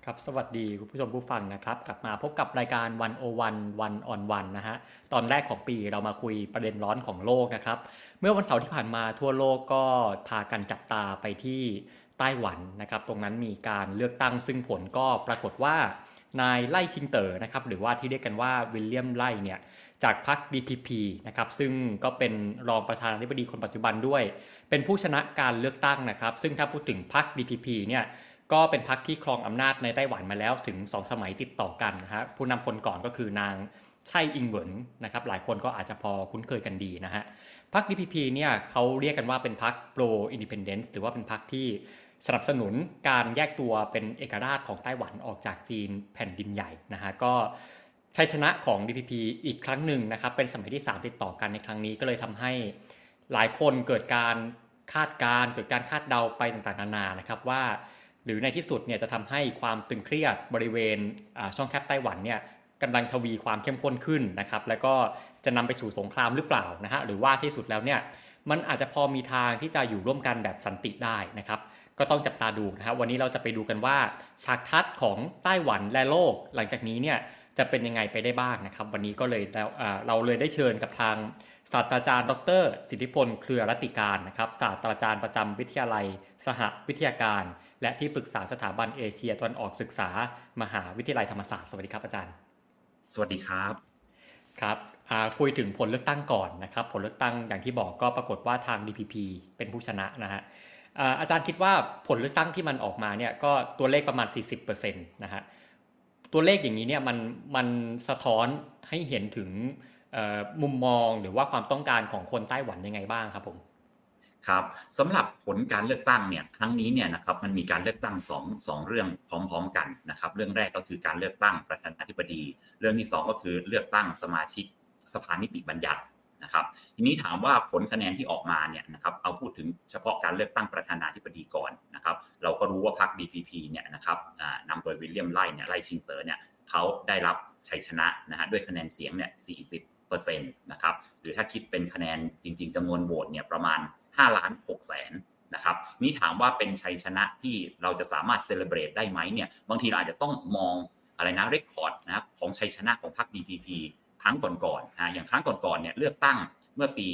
ครับสวัสดีคุณผู้ชมผู้ฟังนะครับกลับมาพบกับรายการ101 One on Oneนะฮะตอนแรกของปีเรามาคุยประเด็นร้อนของโลกนะครับเมื่อวันเสาร์ที่ผ่านมาทั่วโลกก็พากันจับตาไปที่ไต้หวันนะครับตรงนั้นมีการเลือกตั้งซึ่งผลก็ปรากฏว่านายไล่ชิงเต๋อนะครับหรือว่าที่เรียกกันว่าวิลเลียมไล่เนี่ยจากพรรค DPP นะครับซึ่งก็เป็นรองประธานาธิบดีคนปัจจุบันด้วยเป็นผู้ชนะการเลือกตั้งนะครับซึ่งถ้าพูดถึงพรรค DPP เนี่ยก็เป็นพรรคที่ครองอำนาจในไต้หวันมาแล้วถึง2สมัยติดต่อกันนะฮะผู้นำคนก่อนก็คือนางไช่อิงเหวินนะครับหลายคนก็อาจจะพอคุ้นเคยกันดีนะฮะพรรค DPP เนี่ยเขาเรียกกันว่าเป็นพรรค Pro Independence หรือว่าเป็นพรรคที่สนับสนุนการแยกตัวเป็นเอกราชของไต้หวันออกจากจีนแผ่นดินใหญ่นะฮะก็ชัยชนะของ DPP อีกครั้งหนึ่งนะครับเป็นสมัยที่3ติดต่อกันในครั้งนี้ก็เลยทำให้หลายคนเกิดการคาดการณ์เกิดการคาดเดาไปต่างๆนานานะครับว่าหรือในที่สุดเนี่ยจะทำให้ความตึงเครียดบริเวณช่องแคบไต้หวันเนี่ยกำลังทวีความเข้มข้นขึ้นนะครับแล้วก็จะนำไปสู่สงครามหรือเปล่านะฮะหรือว่าที่สุดแล้วเนี่ยมันอาจจะพอมีทางที่จะอยู่ร่วมกันแบบสันติได้นะครับก็ต้องจับตาดูนะครับวันนี้เราจะไปดูกันว่าฉากทัศน์ของไต้หวันและโลกหลังจากนี้เนี่ยจะเป็นยังไงไปได้บ้างนะครับวันนี้ก็เลยเราเลยได้เชิญกับทางศาสตราจารย์ดรสิทธิพลเครือรัตติการนะครับศาสตราจารย์ประจำวิทยาลัยสหวิทยาการและที่ปรึกษาสถาบันเอเชียตะวันออกศึกษามหาวิทยาลัยธรรมศาสตร์สวัสดีครับอาจารย์สวัสดีครับครับคุยถึงผลเลือกตั้งก่อนนะครับผลเลือกตั้งอย่างที่บอกก็ปรากฏว่าทาง DPP เป็นผู้ชนะนะฮะอาจารย์คิดว่าผลเลือกตั้งที่มันออกมาเนี่ยก็ตัวเลขประมาณ 40%นะฮะตัวเลขอย่างนี้เนี่ยมันสะท้อนให้เห็นถึงมุมมองหรือว่าความต้องการของคนไต้หวันยังไงบ้างครับผมครับสำหรับผลการเลือกตั้งเนี่ยครั้งนี้เนี่ยนะครับมันมีการเลือกตั้งสองเรื่องพร้อมๆกันนะครับเรื่องแรกก็คือการเลือกตั้งประธานาธิบดีเรื่องที่2ก็คือเลือกตั้งสมาชิกสภานิติบัญญัตินะครับทีนี้ถามว่าผลคะแนนที่ออกมาเนี่ยนะครับเอาพูดถึงเฉพาะการเลือกตั้งประธานาธิบดีก่อนนะครับเราก็รู้ว่าพรรค DPP เนี่ยนะครับนำโดยวิลเลียมไล่เนี่ยไล่ชิงเต๋อเนี่ยเขาได้รับชัยชนะนะฮะด้วยคะแนนเสียงเนี่ย40%นะครับหรือถ้าคิดเป็นคะแนนจริงๆจำนวนโหวตเนี่ยประมาณ5,600,000นะครับนี่ถามว่าเป็นชัยชนะที่เราจะสามารถเซเลบรตได้ไหมเนี่ยบางทีเราอาจจะต้องมองอะไรนะเรคคอร์ดนะครับของชัยชนะของพรรค DPP ครั้งก่อนๆนะอย่างครั้งก่อนๆเนี่ยเลือกตั้งเมื่อปี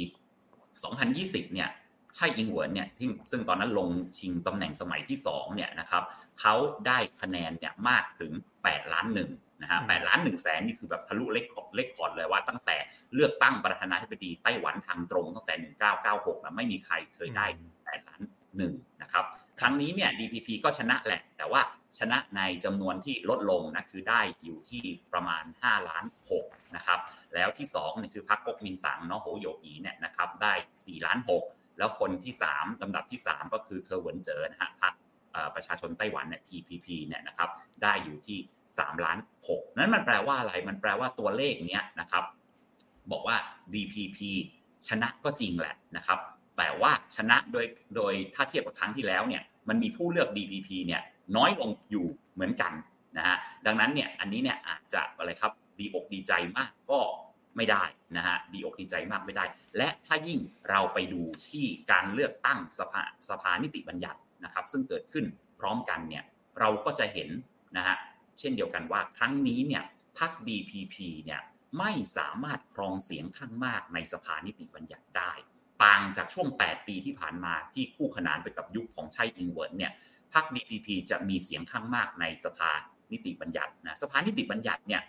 2020เนี่ยใช่อิงเหวินเนี่ยซึ่งตอนนั้นลงชิงตำแหน่งสมัยที่2เนี่ยนะครับเขาได้คะแนนเนี่ยมากถึง8ล้าน1นะฮะ8ล้าน1แสนนี่คือแบบทะลุเลขคอร์ดเลยว่าตั้งแต่เลือกตั้งประธานาธิบดีไต้หวันทางตรงตั้งแต่1996นะไม่มีใครเคยได้8ล้าน1นะครับครั้งนี้เนี่ย DPP ก็ชนะแหละแต่ว่าชนะในจำนวนที่ลดลงนะคือได้อยู่ที่ประมาณ5ล้าน6นะครับแล้วที่2เนี่ยคือพรรคก๊กมินตั๋งเนาะโหโยอีเนี่ยนะครับได้4ล้าน6แล้วคนที่3ลำดับที่3ก็คือเคอร์เหวินเจ๋อนะฮะพรรคประชาชนไต้หวันเนี่ย TPP เนี่ยนะครับได้อยู่ที่3ล้าน6นั้นมันแปลว่าอะไรมันแปลว่าตัวเลขเนี้ยนะครับบอกว่า DPP ชนะก็จริงแหละนะครับแต่ว่าชนะโดยถ้าเทียบกับครั้งที่แล้วเนี่ยมันมีผู้เลือก DPP เนี่ยน้อยลงอยู่เหมือนกันนะฮะดังนั้นเนี่ยอันนี้เนี่ยอาจจะอะไรครับดีอกดีใจมากก็ไม่ได้นะฮะดีอกดีใจมากไม่ได้และถ้ายิ่งเราไปดูที่การเลือกตั้งสภานิติบัญญัตินะครับซึ่งเกิดขึ้นพร้อมกันเนี่ยเราก็จะเห็นนะฮะเช่นเดียวกันว่าครั้งนี้เนี่ยพรรค DPP เนี่ยไม่สามารถครองเสียงข้างมากในสภานิติบัญญัติได้ต่างจากช่วง8ปีที่ผ่านมาที่คู่ขนานไปกับยุคของไช่อิงเหวินเนี่ยพรรค DPP จะมีเสียงข้างมากในสภานิติบัญญัตินะสภานิติบัญญัติเนี่ย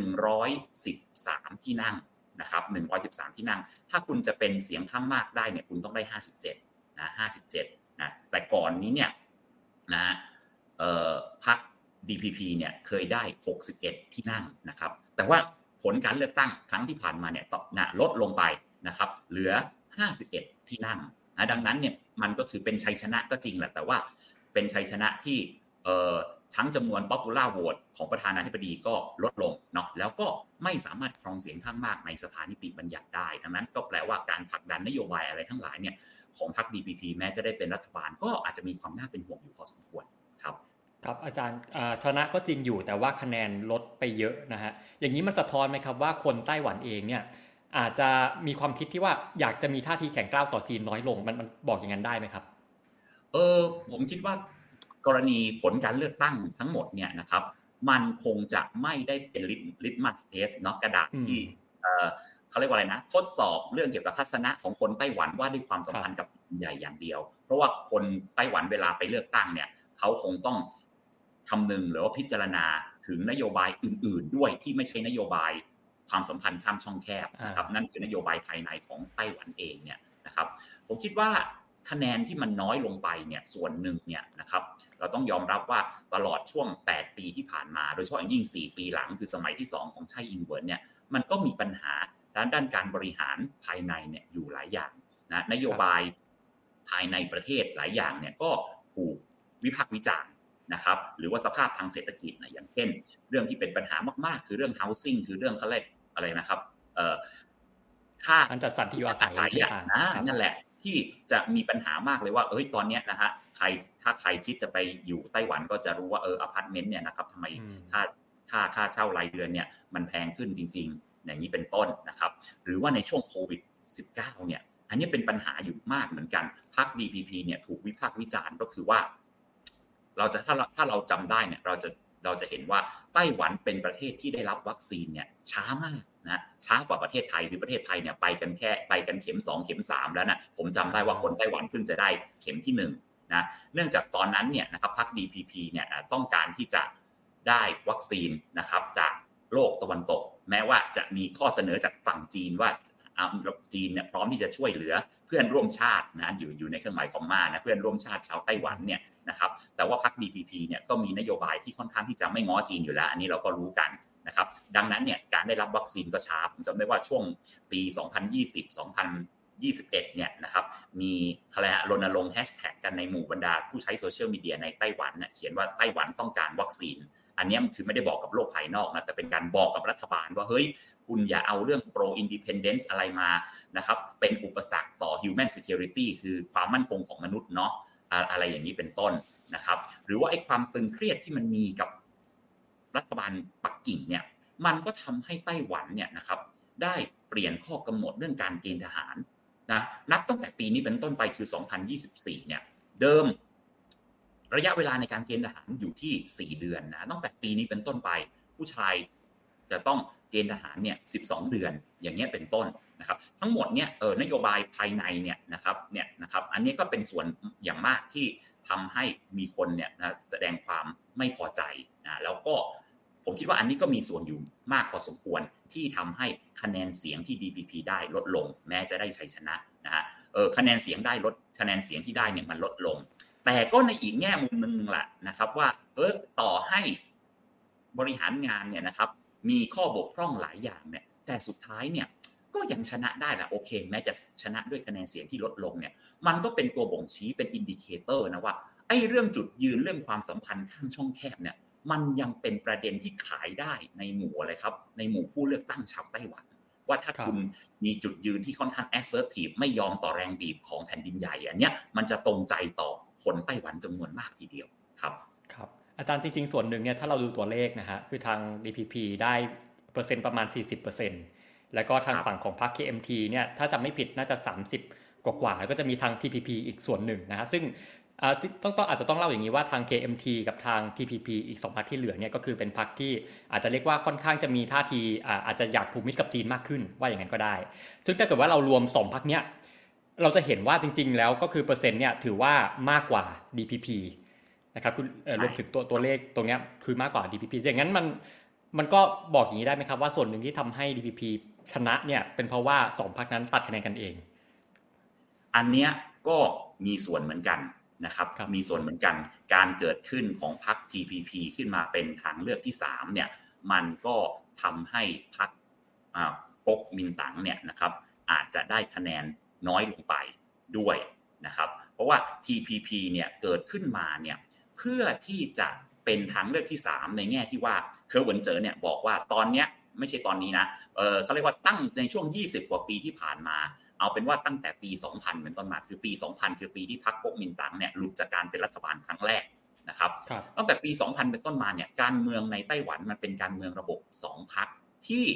113ที่นั่งนะครับ113ที่นั่งถ้าคุณจะเป็นเสียงข้างมากได้เนี่ยคุณต้องได้57นะ57นะแต่ก่อนนี้เนี่ยนะพรรค DPP เนี่ยเคยได้61ที่นั่งนะครับแต่ว่าผลการเลือกตั้งครั้งที่ผ่านมาเนี่ยลดลงไปนะครับเหลือ51ที่นั่งนะดังนั้นเนี่ยมันก็คือเป็นชัยชนะก็จริงแหละแต่ว่าเป็นชัยชนะที่ทั้งจำนวน popular vote ของประธานาธิบดีก็ลดลงเนาะแล้วก็ไม่สามารถครองเสียงข้างมากในสภานิติบัญญัติได้ดังนั้นก็แปลว่าการผลักดันนโยบายอะไรทั้งหลายเนี่ยของพรรค DPP แม้จะได้เป็นรัฐบาลก็อาจจะมีความน่าเป็นห่วงอยู่พอสมควรครับครับอาจารย์ชนะก็จริงอยู่แต่ว่าคะแนนลดไปเยอะนะฮะอย่างนี้มันสะท้อนไหมครับว่าคนไต้หวันเองเนี่ยอาจจะมีความคิดที่ว่าอยากจะมีท่าทีแข็งกร้าวต่อจีนน้อยลงมันบอกอย่างนั้นได้ไหมครับเออผมคิดว่ากรณีผลการเลือกตั้งทั้งหมดเนี่ยนะครับมันคงจะไม่ได้เป็นลิตมัสเทสเนาะกระดาษที่เขาเรียกว่าอะไรนะทดสอบเรื่องเกี่ยวกับทัศนะของคนไต้หวันว่าด้วยความสัมพันธ์กับใหญ่อย่างเดียวเพราะว่าคนไต้หวันเวลาไปเลือกตั้งเนี่ยเขาคงต้องคำนึงหรือว่าพิจารณาถึงนโยบายอื่นๆด้วยที่ไม่ใช่นโยบายความสัมพันธ์ข้ามช่องแคบนะครับนั่นคือนโยบายภายในของไต้หวันเองเนี่ยนะครับผมคิดว่าคะแนนที่มันน้อยลงไปเนี่ยส่วนหนึ่งเนี่ยนะครับเราต้องยอมรับว่าตลอดช่วง8ปีที่ผ่านมาโดยเฉพาะอย่างยิ่ง4ปีหลังคือสมัยที่2ของไช่อิงเหวินเนี่ยมันก็มีปัญหาด้านการบริหารภายในเนี่ยอยู่หลายอย่างนะนโยบายภายในประเทศหลายอย่างเนี่ยก็ถูกวิพากษ์วิจารณ์นะครับหรือว่าสภาพทางเศรษฐกิจนะอย่างเช่นเรื่องที่เป็นปัญหามากๆคือเรื่อง housing คือเรื่องเขาเรียกอะไรนะครับค่าการจัดสรรที่อยู่อาศัยนั่นแหละที่จะมีปัญหามากเลยว่าตอนนี้นะฮะถ้าใครคิดจะไปอยู่ไต้หวันก็จะรู้ว่าอพาร์ตเมนต์เนี่ยนะครับทำไมค่าเช่ารายเดือนเนี่ยมันแพงขึ้นจริงๆอย่างนี้เป็นต้นนะครับหรือว่าในช่วงโควิด -19 เนี่ยอันนี้เป็นปัญหาอยู่มากเหมือนกันพรรค DPP เนี่ยถูกวิพากษ์วิจารณ์ก็คือว่าถ้าเราจำได้เนี่ยเราจะเห็นว่าไต้หวันเป็นประเทศที่ได้รับวัคซีนเนี่ยช้ามากนะช้ากว่าประเทศไทยคือประเทศไทยเนี่ยไปกันเข็ม2เข็ม3แล้วนะผมจำได้ว่าคนไต้หวันเพิ่งจะได้เข็มที่1นะเนื่องจากตอนนั้นเนี่ยนะครับพรรค DPP เนี่ยต้องการที่จะได้วัคซีนนะครับจากโลกตะวันตกแม้ว่าจะมีข้อเสนอจากฝั่งจีนว่าจีนเนี่ยพร้อมที่จะช่วยเหลือเพื่อนร่วมชาตินะอยู่ในเครื่องหมายคอมมานะเพื่อนร่วมชาติชาวไต้หวันเนี่ยนะครับแต่ว่าพรรค DPP เนี่ยก็มีนโยบายที่ค่อนข้างที่จะไม่ง้อจีนอยู่แล้วอันนี้เราก็รู้กันนะครับดังนั้นเนี่ยการได้รับวัคซีนก็ช้าผมจำได้ว่าช่วงปี 2021 เนี่ยนะครับมีรณรงค์แฮชแท็กกันในหมู่บรรดาผู้ใช้โซเชียลมีเดียในไต้หวันเขียนว่าไต้หวันต้องการวัคซีนอันนี้มันคือไม่ได้บอกกับโลกภายนอกนะแต่เป็นการบอกกับรัฐบาลว่าเฮ้ยคุณอย่าเอาเรื่อง pro independence อะไรมานะครับเป็นอุปสรรคต่อ human security คือความมั่นคงของมนุษย์เนาะอะไรอย่างนี้เป็นต้นนะครับหรือว่าไอ้ความตึงเครียดที่มันมีกับรัฐบาลปักกิ่งเนี่ยมันก็ทำให้ไต้หวันเนี่ยนะครับได้เปลี่ยนข้อกำหนดเรื่องการเกณฑ์ทหารนะนับตั้งแต่ปีนี้เป็นต้นไปคือ 2024 เนี่ยเดิมระยะเวลาในการเกณฑ์ทหารอยู่ที่4เดือนนะตั้งแต่ปีนี้เป็นต้นไปผู้ชายจะต้องเกณฑ์ทหารเนี่ย12เดือนอย่างเงี้ยเป็นต้นนะครับทั้งหมดเนี่ยนโยบายภายในเนี่ยนะครับอันนี้ก็เป็นส่วนอย่างมากที่ทำให้มีคนเนี่ยนะแสดงความไม่พอใจนะแล้วก็ผมคิดว่าอันนี้ก็มีส่วนอยู่มากพอสมควรที่ทำให้คะแนนเสียงที่ DPP ได้ลดลงแม้จะได้ชัยชนะนะฮะคะแนนเสียงที่ได้เนี่ยมันลดลงแต่ก็ในอีกแง่มุมนึงแหละนะครับว่าต่อให้บริหารงานเนี่ยนะครับมีข้อบกพร่องหลายอย่างเนี่ยแต่สุดท้ายเนี่ยก็ยังชนะได้แหละโอเคแม้จะชนะด้วยคะแนนเสียงที่ลดลงเนี่ยมันก็เป็นตัวบ่งชี้เป็นอินดิเคเตอร์นะว่าไอ้เรื่องจุดยืนเรื่องความสัมพันธ์ข้ามช่องแคบเนี่ยมันยังเป็นประเด็นที่ขายได้ในหมู่อะไรครับในหมู่ผู้เลือกตั้งชาวไต้หวันว่าถ้าคุณมีจุดยืนที่ค่อนข้าง assertive ไม่ยอมต่อแรงบีบของแผ่นดินใหญ่อันเนี้ยมันจะตรงใจต่อคนไต้หวันจำนวนมากทีเดียวครับอาจารย์จริงๆส่วนหนึ่งเนี่ยถ้าเราดูตัวเลขนะฮะคือทาง DPP ได้เปอร์เซ็นต์ประมาณ 40% แล้วก็ทางฝั่งของพรรค KMT เนี่ยถ้าจำไม่ผิดน่าจะ30กว่าแล้วก็จะมีทาง TPP อีกส่วนหนึ่งนะฮะซึ่งอาจจะต้องเล่าอย่างนี้ว่าทาง KMT กับทาง TPP อีก2พรรคที่เหลือเนี่ยก็คือเป็นพรรคที่อาจจะเรียกว่าค่อนข้างจะมีท่าทีอาจจะอยากผูกมิตรกับจีนมากขึ้นว่าอย่างนั้นก็ได้ซึ่งถ้าเกิดว่าเรารวม2พรรคเนี้ยเราจะเห็นว่าจริงๆแล้วก็คือเปอร์เซ็นต์เนี่ยถือว่ามากกว่า DPP นะครับคุณรวมถึงตัวเลขตรงนี้คือมากกว่า DPP อย่างนั้นมันก็บอกอย่างนี้ได้ไหมครับว่าส่วนหนึ่งที่ทำให้ DPP ชนะเนี่ยเป็นเพราะว่า2พรรคนั้นตัดคะแนนกันเองอันเนี้ยก็มีส่วนเหมือนกันนะครับมีส่วนเหมือนกันการเกิดขึ้นของพรรค TPP ขึ้นมาเป็นทางเลือกที่3เนี่ยมันก็ทำให้พรรคก๊กมินตั๋งเนี่ยนะครับอาจจะได้คะแนนน้อยลงไปด้วยนะครับเพราะว่า TPP เนี่ยเกิดขึ้นมาเนี่ยเพื่อที่จะเป็นทางเลือกที่3ในแง่ที่ว่าเคอร์เหวินเจ๋อเนี่ยบอกว่าตอนเนี้ยไม่ใช่ตอนนี้นะเขาเรียกว่าตั้งในช่วง20กว่าปีที่ผ่านมาเอาเป็นว่าตั้งแต่ปี 2000 เป็นต้นมาคือปี 2000 คือปีที่พรรคก๊กมินตั๋งเนี่ยหลุดจากการเป็นรัฐบาลครั้งแรกนะครับตั้งแต่ปี 2000 เป็นต้นมาเนี่ยการเมืองในไต้หวันมันเป็นการเมืองระบบ2พรรคที่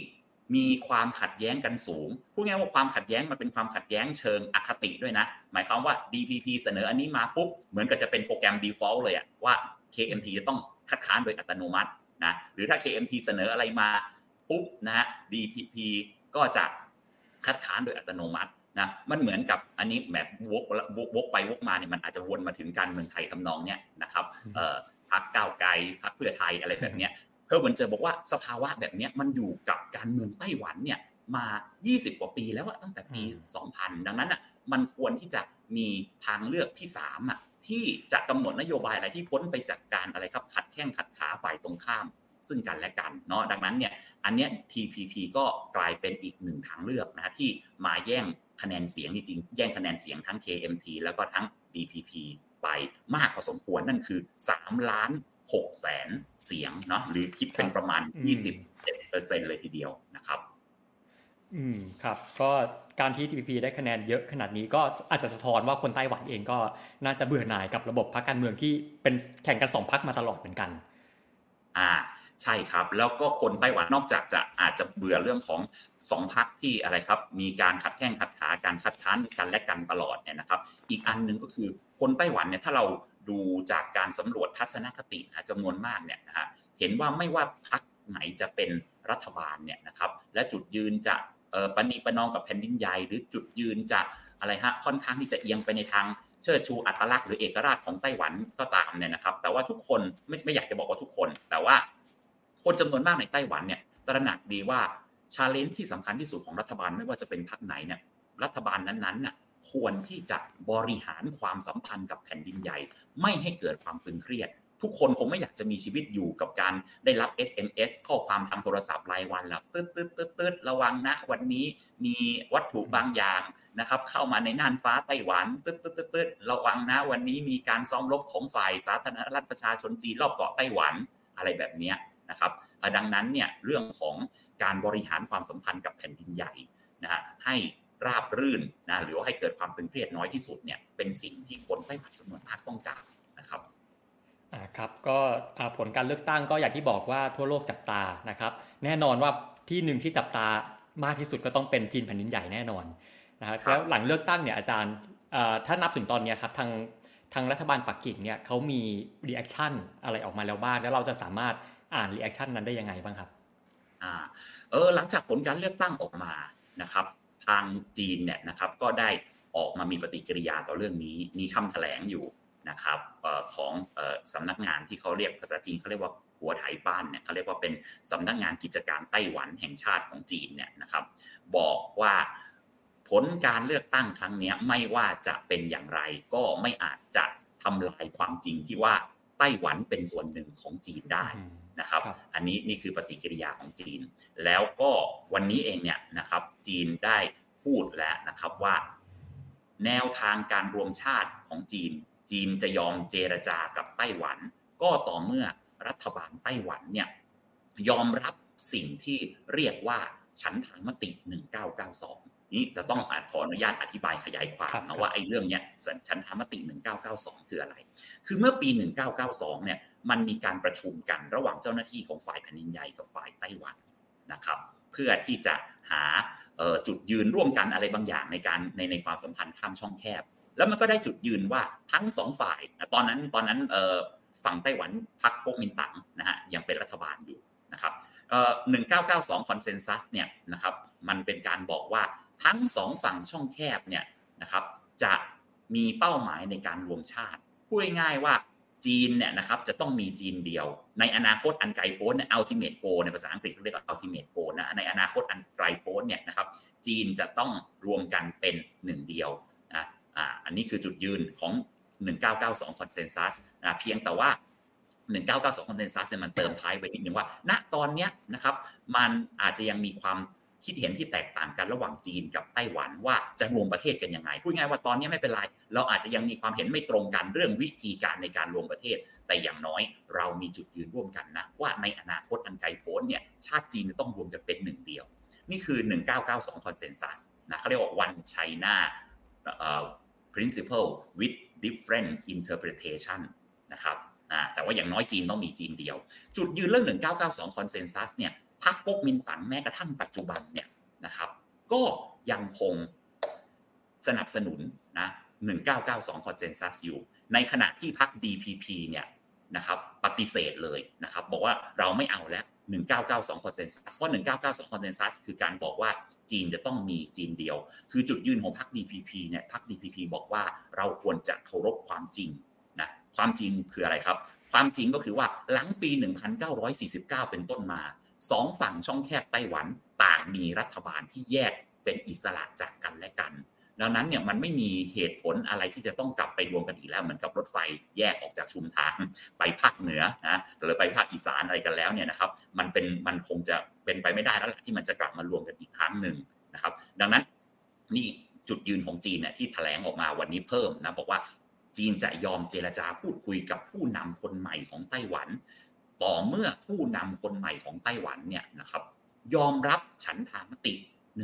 มีความขัดแย้งกันสูงพูดง่ายว่าความขัดแย้งมันเป็นความขัดแย้งเชิงอคติด้วยนะหมายความว่า DPP เสนออันนี้มาปุ๊บเหมือนกับจะเป็นโปรแกรม default เลยอะว่า KMT จะต้องคัดค้านโดยอัตโนมัตินะหรือถ้า KMT เสนออะไรมาปุ๊บนะฮะ DPP ก็จะคัดค้านโดยอัตโนมัตินะมันเหมือนกับอันนี้แบบวกไปวกมาเนี่ยมันอาจจะวนมาถึงการเมืองไทยทำนองเนี้ยนะครับพรรคก้าวไกลพรรคเพื่อไทยอะไรแบบเนี้ยเพิ่มมันจะบอกว่าสภาวะแบบนี้มันอยู่กับการเมืองไต้หวันเนี่ยมา20กว่าปีแล้วอะตั้งแต่ปี2000ดังนั้นอะมันควรที่จะมีทางเลือกที่3อะที่จะกำหนดนโยบายอะไรที่พ้นไปจากการอะไรครับขัดแข้งขัดขาฝ่ายตรงข้ามซึ่งกันและกันเนาะดังนั้นเนี่ยอันเนี้ย TPP ก็กลายเป็นอีกหนึ่งทางเลือกนะที่มาแย่งคะแนนเสียงจริงๆแย่งคะแนนเสียงทั้ง KMT แล้วก็ทั้ง DPP ไปมากพอสมควรนั่นคือ3ล้าน6แสนเสียงเนาะหรือคิดเป็นประมาณ 20-70% เลยทีเดียวนะครับครับก็การที่ TPP ได้คะแนนเยอะขนาดนี้ก็อาจจะสะท้อนว่าคนไต้หวันเองก็น่าจะเบื่อหน่ายกับระบบพรรคการเมืองที่เป็นแข่งกัน2พรรคมาตลอดเหมือนกันใช่ครับแล้วก็คนไต้หวันนอกจากจะอาจจะเบื่อเรื่องของ2พรรคที่อะไรครับมีการขัดแข้งขัดขาการคัดค้านกันและกันตลอดเนี่ยนะครับอีกอันนึงก็คือคนไต้หวันเนี่ยถ้าเราดูจากการสำรวจทัศนคตินะจำนวนมากเนี่ยนะฮะเห็นว่าไม่ว่าพรรคไหนจะเป็นรัฐบาลเนี่ยนะครับและจุดยืนจะปณีประนอมกับแผ่นดินใหญ่หรือจุดยืนจะอะไรฮะค่อนข้างที่จะเอียงไปในทางเชิดชูอัตลักษณ์หรือเอกราชของไต้หวันก็ตามเนี่ยนะครับแต่ว่าทุกคนไม่อยากจะบอกว่าทุกคนแต่ว่าคนจำนวนมากในไต้หวันเนี่ยตระหนักดีว่า challenge ที่สำคัญที่สุดของรัฐบาลไม่ว่าจะเป็นพรรคไหนเนี่ยรัฐบาลนั้นๆน่ะควรที่จะบริหารความสัมพันธ์กับแผ่นดินใหญ่ไม่ให้เกิดความตึงเครียดทุกคนคงไม่อยากจะมีชีวิตอยู่กับการได้รับ SMS ข้อความทางโทรศัพท์รายวันแล้วตึ๊ดระวังนะวันนี้มีวัตถุบางอย่างนะครับเข้ามาในน่านฟ้าไต้หวันตึ๊ดระวังนะวันนี้มีการซ้อมรบของฝ่ายสาธารณรัฐประชาชนจีนรอบเกาะไต้หวันอะไรแบบนี้นะครับดังนั้นเนี่ยเรื่องของการบริหารความสัมพันธ์กับแผ่นดินใหญ่นะฮะให้ราบรื่นนะหรือว่าให้เกิดความตึงเครียดน้อยที่สุดเนี่ยเป็นสิ่งที่คนไต้หวันจำนวนมากต้องการนะครับครับก็ผลการเลือกตั้งก็อย่างที่บอกว่าทั่วโลกจับตานะครับแน่นอนว่าที่หนึ่งที่จับตามากที่สุดก็ต้องเป็นจีนแผ่นดินใหญ่แน่นอนนะครับแล้วหลังเลือกตั้งเนี่ยอาจารย์ถ้านับถึงตอนนี้ครับทางรัฐบาลปักกิ่งเนี่ยเขามีรีแอคชั่นอะไรออกมาแล้วบ้างแล้วเราจะสามารถอ่านรีแอคชั่นนั้นได้ยังไงบ้างครับหลังจากผลการเลือกตั้งออกมานะครับทางจีนเนี่ยนะครับก็ได้ออกมามีปฏิกิริยาต่อเรื่องนี้มีคำแถลงอยู่นะครับของสำนักงานที่เขาเรียกภาษาจีนเขาเรียกว่าหัวไถป้านเนี่ยเขาเรียกว่าเป็นสำนักงานกิจการไต้หวันแห่งชาติของจีนเนี่ยนะครับบอกว่าผลการเลือกตั้งครั้งนี้ไม่ว่าจะเป็นอย่างไรก็ไม่อาจจะทำลายความจริงที่ว่าไต้หวันเป็นส่วนหนึ่งของจีนได้นะครับอันนี้นี่คือปฏิกิริยาของจีนแล้วก็วันนี้เองเนี่ยนะครับจีนได้พูดแล้วนะครับว่าแนวทางการรวมชาติของจีนจะยอมเจรจากับไต้หวันก็ต่อเมื่อรัฐบาลไต้หวันเนี่ยยอมรับสิ่งที่เรียกว่าฉันทามติ1992นี่จะต้องขออนุญาตอธิบายขยายความนะว่าไอ้เรื่องเนี้ยฉันทามติ1992คืออะไรคือเมื่อปี1992เนี่ยมันมีการประชุมกันระหว่างเจ้าหน้าที่ของฝ่ายแผ่นดินใหญ่กับฝ่ายไต้หวันนะครับเพื่อที่จะหาจุดยืนร่วมกันอะไรบางอย่างในความสัมพันธ์ข้ามช่องแคบแล้วมันก็ได้จุดยืนว่าทั้ง2ฝ่ายตอนนั้นฝั่งไต้หวันพรรคก๊กมินตั๋งนะฮะยังเป็นรัฐบาลอยู่นะครับ1992 Consensus เนี่ยนะครับมันเป็นการบอกว่าทั้ง2ฝั่งช่องแคบเนี่ยนะครับจะมีเป้าหมายในการรวมชาติพูดง่ายๆว่าจีนเนี่ยนะครับจะต้องมีจีนเดียวในอนาคตอันไกลโพ้น Ultimate Goal ในภาษาอังกฤษเขาเรียกว่า Ultimate Goal นะในอนาคตอันไกลโพ้นเนี่ยนะครับจีนจะต้องรวมกันเป็นหนึ่งเดียวนะอันนี้คือจุดยืนของ1992 Consensus เพียงแต่ว่า1992 Consensus มันเติมท้ายไว้นิดนึงว่าณตอนนี้นะครับมันอาจจะยังมีความคิดเห็นที่แตกต่างกันระหว่างจีนกับไต้หวันว่าจะรวมประเทศกันยังไงพูดง่ายว่าตอนนี้ไม่เป็นไรเราอาจจะยังมีความเห็นไม่ตรงกันเรื่องวิธีการในการรวมประเทศแต่อย่างน้อยเรามีจุดยืนร่วมกันนะว่าในอนาคตอันไกลโพ้นเนี่ยชาติจีนจะต้องรวมกันเป็นหนึ่งเดียวนี่คือ1992 Consensus นะเขาเรียกว่า One China principle with different interpretation นะครับแต่ว่าอย่างน้อยจีนต้องมีจีนเดียวจุดยืนเรื่อง1992 Consensus เนี่ยพรรคก๊กมินตั๋งแม้กระทั่งปัจจุบันเนี่ยนะครับก็ยังคงสนับสนุนนะ1992 Consensus อยู่ในขณะที่พรรค DPP เนี่ยนะครับปฏิเสธเลยนะครับบอกว่าเราไม่เอาแล้ว1992 Consensus เพราะ1992 Consensus คือการบอกว่าจีนจะต้องมีจีนเดียวคือจุดยืนของพรรค DPP เนี่ยพรรค DPP บอกว่าเราควรจะเคารพความจริงนะความจริงคืออะไรครับความจริงก็คือว่าหลังปี 1949 เป็นต้นมาสองฝั่งช่องแคบไต้หวันต่างมีรัฐบาลที่แยกเป็นอิสระจากกันและกันดังนั้นเนี่ยมันไม่มีเหตุผลอะไรที่จะต้องกลับไปรวมกันอีกแล้วเหมือนกับรถไฟแยกออกจากชุมทางไปภาคเหนือนะหรือไปภาคอีสานอะไรกันแล้วเนี่ยนะครับมันคงจะเป็นไปไม่ได้แล้วแหละที่มันจะกลับมารวมกันอีกครั้งหนึ่งนะครับดังนั้นนี่จุดยืนของจีนเนี่ยที่แถลงออกมาวันนี้เพิ่มนะบอกว่าจีนจะยอมเจรจาพูดคุยกับผู้นำคนใหม่ของไต้หวันต่อเมื่อผู้นำคนใหม่ของไต้หวันเนี่ยนะครับยอมรับฉันทามติ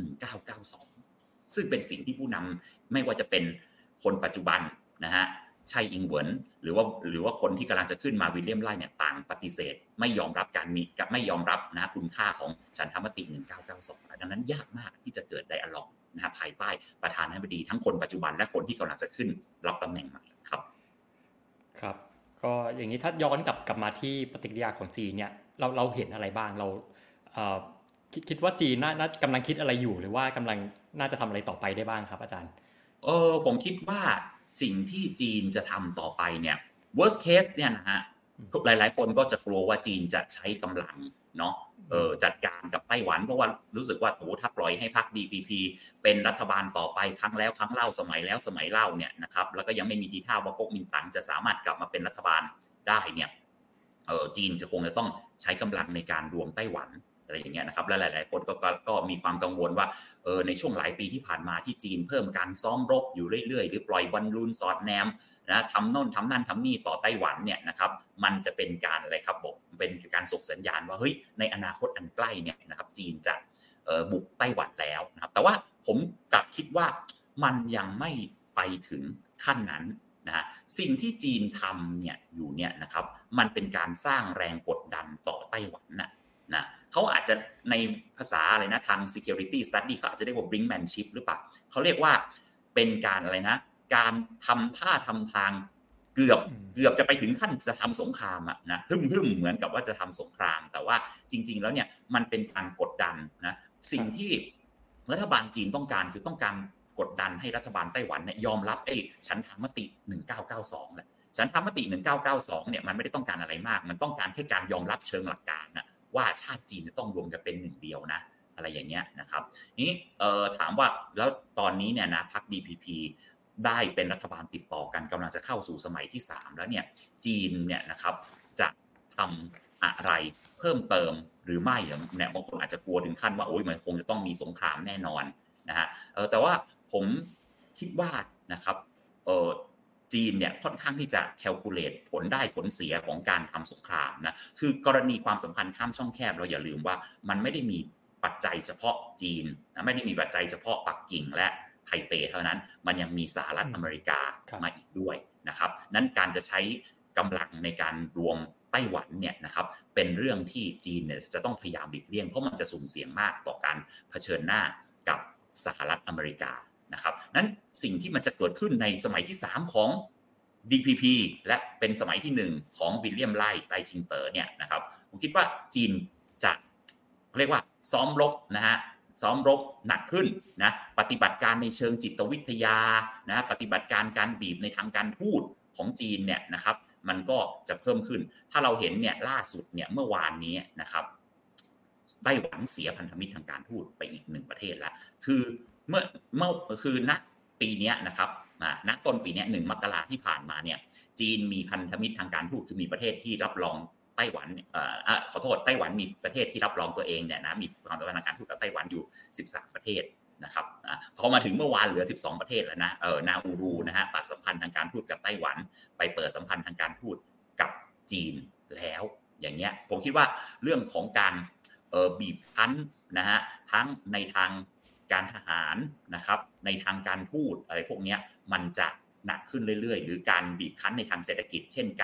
1992ซึ่งเป็นสิ่งที่ผู้นำไม่ว่าจะเป็นคนปัจจุบันนะฮะไช่อิงเหวินหรือว่าคนที่กำลังจะขึ้นมาวิลเลียมไล่เนี่ยต่างปฏิเสธไม่ยอมรับไม่ยอมรับนะคุณค่าของฉันทามติ1992ดังนั้นยากมากที่จะเกิดไดอะล็อกนะฮะภายใต้ประธานาธิบดีทั้งคนปัจจุบันและคนที่กำลังจะขึ้นรับตำแหน่งใหม่ครับครับก็อย่างนี้ถ้าย้อนกลับมาที่ปฏิกิริยาของจีนเนี่ยเราเห็นอะไรบ้างเราคิดว่าจีนน่ากำลังคิดอะไรอยู่หรือว่ากำลังน่าจะทำอะไรต่อไปได้บ้างครับอาจารย์ผมคิดว่าสิ่งที่จีนจะทำต่อไปเนี่ย worst case เนี่ยนะฮะหลายๆคนก็จะกลัวว่าจีนจะใช้กำลังเนาะจัดการกับไต้หวันเพราะว่ารู้สึกว่าโหถ้าปล่อยให้พรรค DPP เป็นรัฐบาลต่อไปครั้งแล้วครั้งเล่าสมัยแล้วสมัยเล่าเนี่ยนะครับแล้วก็ยังไม่มีทีท่าว่าก๊กมินตั๋งจะสามารถกลับมาเป็นรัฐบาลได้เนี่ยจีนจะคงจะต้องใช้กำลังในการรวมไต้หวันอะไรอย่างเงี้ยนะครับและหลายๆคนก็มีความกังวลว่าในช่วงหลายปีที่ผ่านมาที่จีนเพิ่มการซ้อมรบอยู่เรื่อยๆหรือปล่อยบอลลูนสอดแนมนะทำโน่นทำนั่นทำนี่ต่อไต้หวันเนี่ยนะครับมันจะเป็นการอะไรครับบอกเป็นการส่งสัญญาณว่าเฮ้ยในอนาคตอันใกล้เนี่ยนะครับจีนจะบุกไต้หวันแล้วนะครับแต่ว่าผมกลับคิดว่ามันยังไม่ไปถึงขั้นนั้นนะสิ่งที่จีนทำเนี่ยอยู่เนี่ยนะครับมันเป็นการสร้างแรงกดดันต่อไต้หวันนะเขาอาจจะในภาษาอะไรนะทาง security study เขาอาจจะเรียกว่า brinkmanship หรือเปล่าเขาเรียกว่าเป็นการอะไรนะการทำท่าทำทางเกือบจะไปถึงขั้นจะทำสงครามนะฮึ่มเหมือนกับว่าจะทำสงครามแต่ว่าจริงๆแล้วเนี่ยมันเป็นการกดดันนะสิ่งที่รัฐบาลจีนต้องการคือต้องการกดดันให้รัฐบาลไต้หวันเนี่ยยอมรับฉันทามติ1992แหละฉันทามติ1992เนี่ยมันไม่ได้ต้องการอะไรมากมันต้องการแค่การยอมรับเชิงหลักการนะว่าชาติจีนจะต้องรวมกันเป็นหนึ่งเดียวนะอะไรอย่างเงี้ยนะครับนี้ถามว่าแล้วตอนนี้เนี่ยนะพรรค DPP ได้เป็นรัฐบาลติดต่อกันกำลังจะเข้าสู่สมัยที่3แล้วเนี่ยจีนเนี่ยนะครับจะทำอะไรเพิ่มเติมหรือไม่เนี่ยบางคนอาจจะกลัวถึงขั้นว่าโอ้ยมันคงจะต้องมีสงครามแน่นอนนะฮะแต่ว่าผมคิดว่านะครับจีนเนี่ยค่อนข้างที่จะแคลคูลเลตผลได้ผลเสียของการทำสงครามนะคือกรณีความสัมพันธ์ข้ามช่องแคบเราอย่าลืมว่ามันไม่ได้มีปัจจัยเฉพาะจีนนะไม่ได้มีปัจจัยเฉพาะปักกิ่งและไทเปเท่านั้นมันยังมีสหรัฐอเมริกามาอีกด้วยนะครับนั้นการจะใช้กำลังในการรวมไต้หวันเนี่ยนะครับเป็นเรื่องที่จีนเนี่ยจะต้องพยายามหลีกเลี่ยงเพราะมันจะสุ่มเสี่ยงมากต่อการเผชิญหน้ากับสหรัฐอเมริกานะครับนั้นสิ่งที่มันจะเกิดขึ้นในสมัยที่3ของDPP และเป็นสมัยที่1ของวิลเลียมไล่ชิงเต๋อเนี่ยนะครับผมคิดว่าจีนจะเรียกว่าซ้อมรบนะฮะซ้อมรบหนักขึ้นนะปฏิบัติการในเชิงจิตวิทยานะปฏิบัติการบีบในทางการทูตของจีนเนี่ยนะครับมันก็จะเพิ่มขึ้นถ้าเราเห็นเนี่ยล่าสุดเนี่ยเมื่อวานนี้นะครับไต้หวันเสียพันธมิตรทางการทูตไปอีก1ประเทศแล้วคือเมื่อคือณปีนี้นะครับณต้นปีนี้1 มกราที่ผ่านมาเนี่ยจีนมีพันธมิตรทางการทูตคือมีประเทศที่รับรองไต้หวันขอโทษไต้หวันมีประเทศที่รับรองตัวเองเนี่ยนะมีความสัมพันธ์ทางการทูตกับไต้หวันอยู่13ประเทศนะครับพอมาถึงเมื่อวานเหลือ12ประเทศแล้วนะนาอูรูนะฮะตัดสัมพันธ์ทางการทูตกับไต้หวันไปเปิดสัมพันธ์ทางการทูตกับจีนแล้วอย่างเงี้ยผมคิดว่าเรื่องของการบีบคั้นนะฮะทั้งในทางการทหารนะครับในทางการทูตอะไรพวกนี้มันจะหนักขึ้นเรื่อยๆหรือการบีบคั้นในทางเศรษฐกิจเช่นการ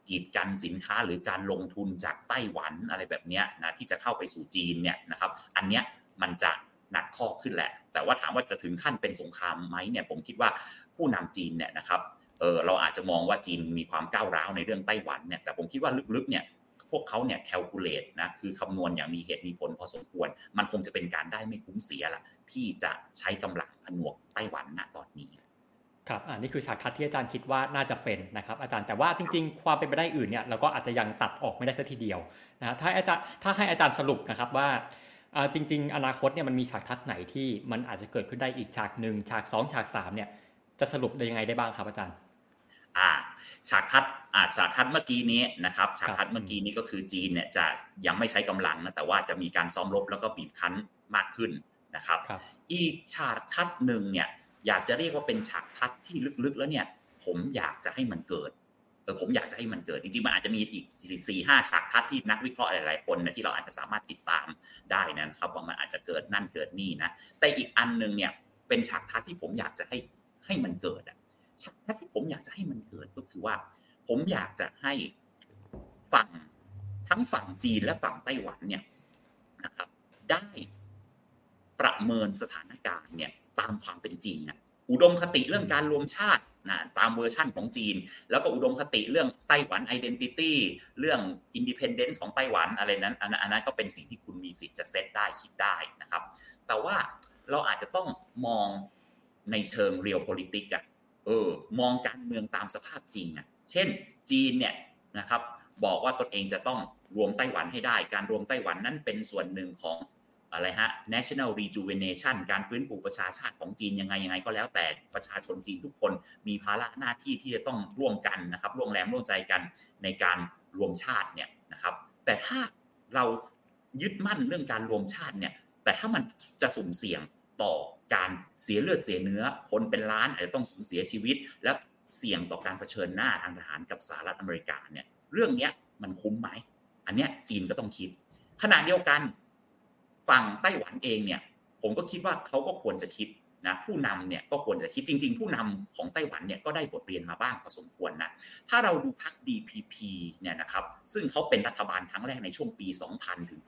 กีดกันสินค้าหรือการลงทุนจากไต้หวันอะไรแบบนี้นะที่จะเข้าไปสู่จีนเนี่ยนะครับอันเนี้ยมันจะหนักข้อขึ้นแหละแต่ว่าถามว่าจะถึงขั้นเป็นสงครามไหมเนี่ยผมคิดว่าผู้นำจีนเนี่ยนะครับเราอาจจะมองว่าจีนมีความก้าวร้าวในเรื่องไต้หวันเนี่ยแต่ผมคิดว่าลึกๆเนี่ยพวกเขาเนี่ยแคลคูลเลตนะคือคำนวณอย่างมีเหตุมีผลพอสมควรมันคงจะเป็นการได้ไม่คุ้มเสียละที่จะใช้กำลังผนวกไต้หวันณตอนนี้ครับนี่คือฉากทัศน์ที่อาจารย์คิดว่าน่าจะเป็นนะครับอาจารย์แต่ว่าจริงๆความเป็นไปได้อื่นเนี่ยเราก็อาจจะยังตัดออกไม่ได้สักทีเดียวนะถ้าให้อาจารย์สรุปนะครับว่าจริงๆอนาคตเนี่ยมันมีฉากทัศน์ไหนที่มันอาจจะเกิดขึ้นได้อีกฉาก1ฉาก2ฉาก3เนี่ยจะสรุปได้ยังไงได้บ้างครับอาจารย์ฉากทัศน์เมื่อกี้นี้นะครับฉากทัศน์เมื่อกี้นี้ก็คือจีนเนี่ยจะยังไม่ใช้กำลังนะแต่ว่าจะมีการซ้อมรบแล้วก็บีบคั้นมากขึ้นนะครับอีกฉากทัศน์หนึ่งเนี่ยอยากจะเรียกว่าเป็นฉากทัศน์ที่ลึกๆแล้วเนี่ยผมอยากจะให้มันเกิดผมอยากจะให้มันเกิดจริงๆมันอาจจะมีอีก 4-5 ฉากทัศน์ที่นักวิเคราะห์หลายๆคนนะที่เราอาจจะสามารถติดตามได้นะครับว่ามันอาจจะเกิดนั่นเกิดนี่นะแต่อีกอันนึงเนี่ยเป็นฉากทัศน์ที่ผมอยากจะให้มันเกิดฉากทัศน์ที่ผมอยากจะให้มันเกิดก็คือว่าผมอยากจะให้ทั้งฝั่งจีนและฝั่งไต้หวันเนี่ยนะครับได้ประเมินสถานการณ์เนี่ยตามความเป็นจริงอุดมคติเรื่องการรวมชาตินะตามเวอร์ชั่นของจีนแล้วก็อุดมคติเรื่องไต้หวันไอเดนติตี้เรื่องอินดิเพนเดนซ์ของไต้หวันอะไรนั้นอันนั้นก็เป็นสิ่งที่คุณมีสิทธิ์จะเซตได้คิดได้นะครับแต่ว่าเราอาจจะต้องมองในเชิงเรียลโพลิติกมองการเมืองตามสภาพจริงเช่นจีนเนี่ยนะครับบอกว่าตนเองจะต้องรวมไต้หวันให้ได้การรวมไต้หวันนั้นเป็นส่วนหนึ่งของอะไรฮะ national rejuvenation การฟื้นฟูประชาชาติของจีนยังไงก็แล้วแต่ประชาชนจีนทุกคนมีภาระหน้าที่ที่จะต้องร่วมกันนะครับร่วมแรงร่วมใจกันในการรวมชาติเนี่ยนะครับแต่ถ้าเรายึดมั่นเรื่องการรวมชาติเนี่ยแต่ถ้ามันจะสุ่มเสี่ยงต่อการเสียเลือดเสียเนื้อคนเป็นล้านอาจจะต้องสูญเสียชีวิตและเสี่ยงต่อการเผชิญหน้าทางทหารกับสหรัฐอเมริกาเนี่ยเรื่องนี้มันคุ้มไหมอันเนี้ยจีนก็ต้องคิดขณะเดียวกันฝั่งไต้หวันเองเนี่ยผมก็คิดว่าเขาก็ควรจะคิดนะผู้นำเนี่ยก็ควรจะคิดจริงๆผู้นำของไต้หวันเนี่ยก็ได้บทเรียนมาบ้างพอสมควรนะถ้าเราดูพรรค DPP เนี่ยนะครับซึ่งเขาเป็นรัฐบาลครั้งแรกในช่วงปี 2000 ถึงปี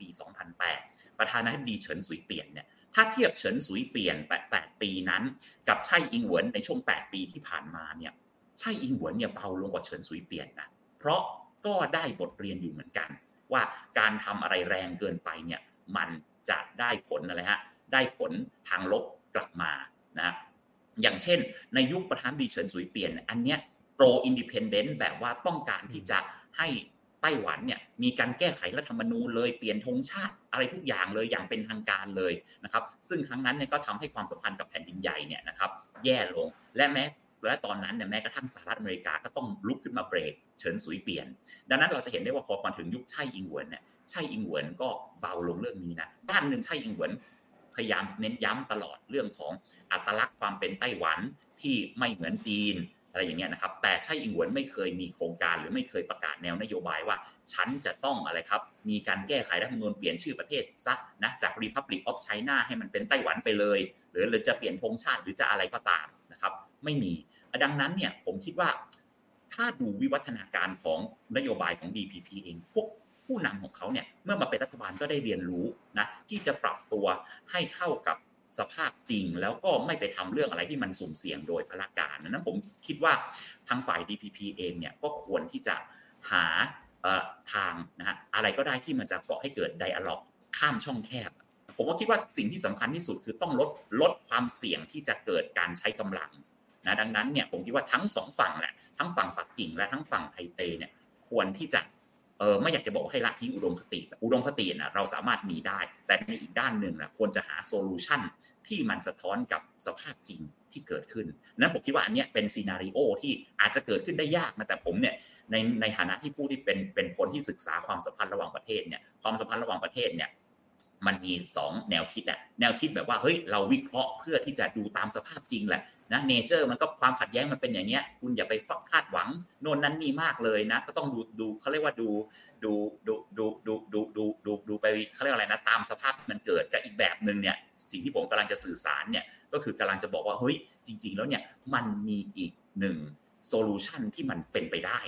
2008 ประธานาธิบดีเฉินสุยเปี่ยนเนี่ยถ้าเทียบเฉินสุยเปี่ยน8 ปีนั้นกับไช่อิงเหวินในช่วง8 ปีที่ผ่านมาเนี่ยไช่อิงเหวินเนี่ยเบาลงกว่าเฉินสุยเปี่ยนนะเพราะก็ได้บทเรียนอยู่เหมือนกันว่าการทำอะไรแรงเกินไปเนี่ยมันจะได้ผลอะไรฮะได้ผลทางลบกลับมานะอย่างเช่นในยุคประธานาธิบดีเฉินสุยเปี่ยนอันเนี้ยโปรอินดิเพนเดนต์แบบว่าต้องการที่จะให้ไต้หวันเนี่ยมีการแก้ไขรัฐธรรมนูญเลยเปลี่ยนธงชาติอะไรทุกอย่างเลยอย่างเป็นทางการเลยนะครับซึ่งครั้งนั้นเนี่ยก็ทำให้ความสัมพันธ์กับแผ่นดินใหญ่เนี่ยนะครับแย่ลงและตอนนั้นเนี่ยแม้กระทั่งสหรัฐอเมริกาก็ต้องลุกขึ้นมาเบรกเฉินสุยเปี่ยนดังนั้นเราจะเห็นได้ว่าพอมาถึงยุคไช่อิงเหวินเนี่ยไช่อิงเหวินก็เบาลงเรื่องนี้นะด้านหนึ่งไช่อิงเหวินพยายามเน้นย้ำตลอดเรื่องของอัตลักษณ์ความเป็นไต้หวันที่ไม่เหมือนจีนอะไรอย่างเงี้ยนะครับแต่ไช่อิงเหวินไม่เคยมีโครงการหรือไม่เคยประกาศแนวนโยบายว่าฉันจะต้องอะไรครับมีการแก้ไขรัฐธรรมนูญเปลี่ยนชื่อประเทศซะนะจาก Republic of China ให้มันเป็นไต้หวันไปเลยหรือจะเปลี่ยนธงชาติหรือจะอะไรก็ตามนะครับไม่มีดังนั้นเนี่ยผมคิดว่าถ้าดูวิวัฒนาการของนโยบายของ DPP เองพวกผู้นำของเขาเนี่ยเมื่อมาเป็นรัฐบาลก็ได้เรียนรู้นะที่จะปรับตัวให้เข้ากับสภาพจริงแล้วก็ไม่ไปทำเรื่องอะไรที่มันสุ่มเสี่ยงโดยพลการนั้นผมคิดว่าทางฝ่าย DPP เองเนี่ยก็ควรที่จะหาทางนะฮะอะไรก็ได้ที่มันจะก่อให้เกิดไดอะล็อกข้ามช่องแคบผมก็คิดว่าสิ่งที่สำคัญที่สุดคือต้องลดความเสี่ยงที่จะเกิดการใช้กำลังนะดังนั้นเนี่ยผมคิดว่าทั้งสองฝั่งแหละทั้งฝั่งปักกิ่งและทั้งฝั่งไทเปเนี่ยควรที่จะไม่อยากจะบอกให้ละทิ้งอุดมคตินะเราสามารถมีได้แต่ในอีกด้านหนึ่งนะควรจะหาโซลูชันที่มันสะท้อนกับสภาพจริงที่เกิดขึ้นนั้นผมคิดว่าอันนี้เป็นซีนาริโอที่อาจจะเกิดขึ้นได้ยากนะแต่ผมเนี่ยในฐานะที่ผู้ที่เป็นคนที่ศึกษาความสัมพันธ์ระหว่างประเทศเนี่ยความสัมพันธ์ระหว่างประเทศเนี่ยมันมี2แนวคิดแนวคิดแบบว่าเฮ้ยเราวิเคราะห์เพื่อที่จะดูตามสภาพจริงแหละนะเนเจอร์มันก็ความขัดแย้งมันเป็นอย่างเงี้ยคุณอย่าไปคาดหวังโน่นนั้นนี่มากเลยนะก็ต้องดูเขาเรียกว่าดูไปเขาเรียกอะไรนะตามสภาพที่มันเกิดกับอีกแบบนึงเนี่ยสิ่งที่ผมกำลังจะสื่อสารเนี่ยก็คือกำลังจะบอกว่าเฮ้ยจริงๆแล้วเนี่ยมันมีอีก1โซลูชันที่มันเป็นไปได้นะ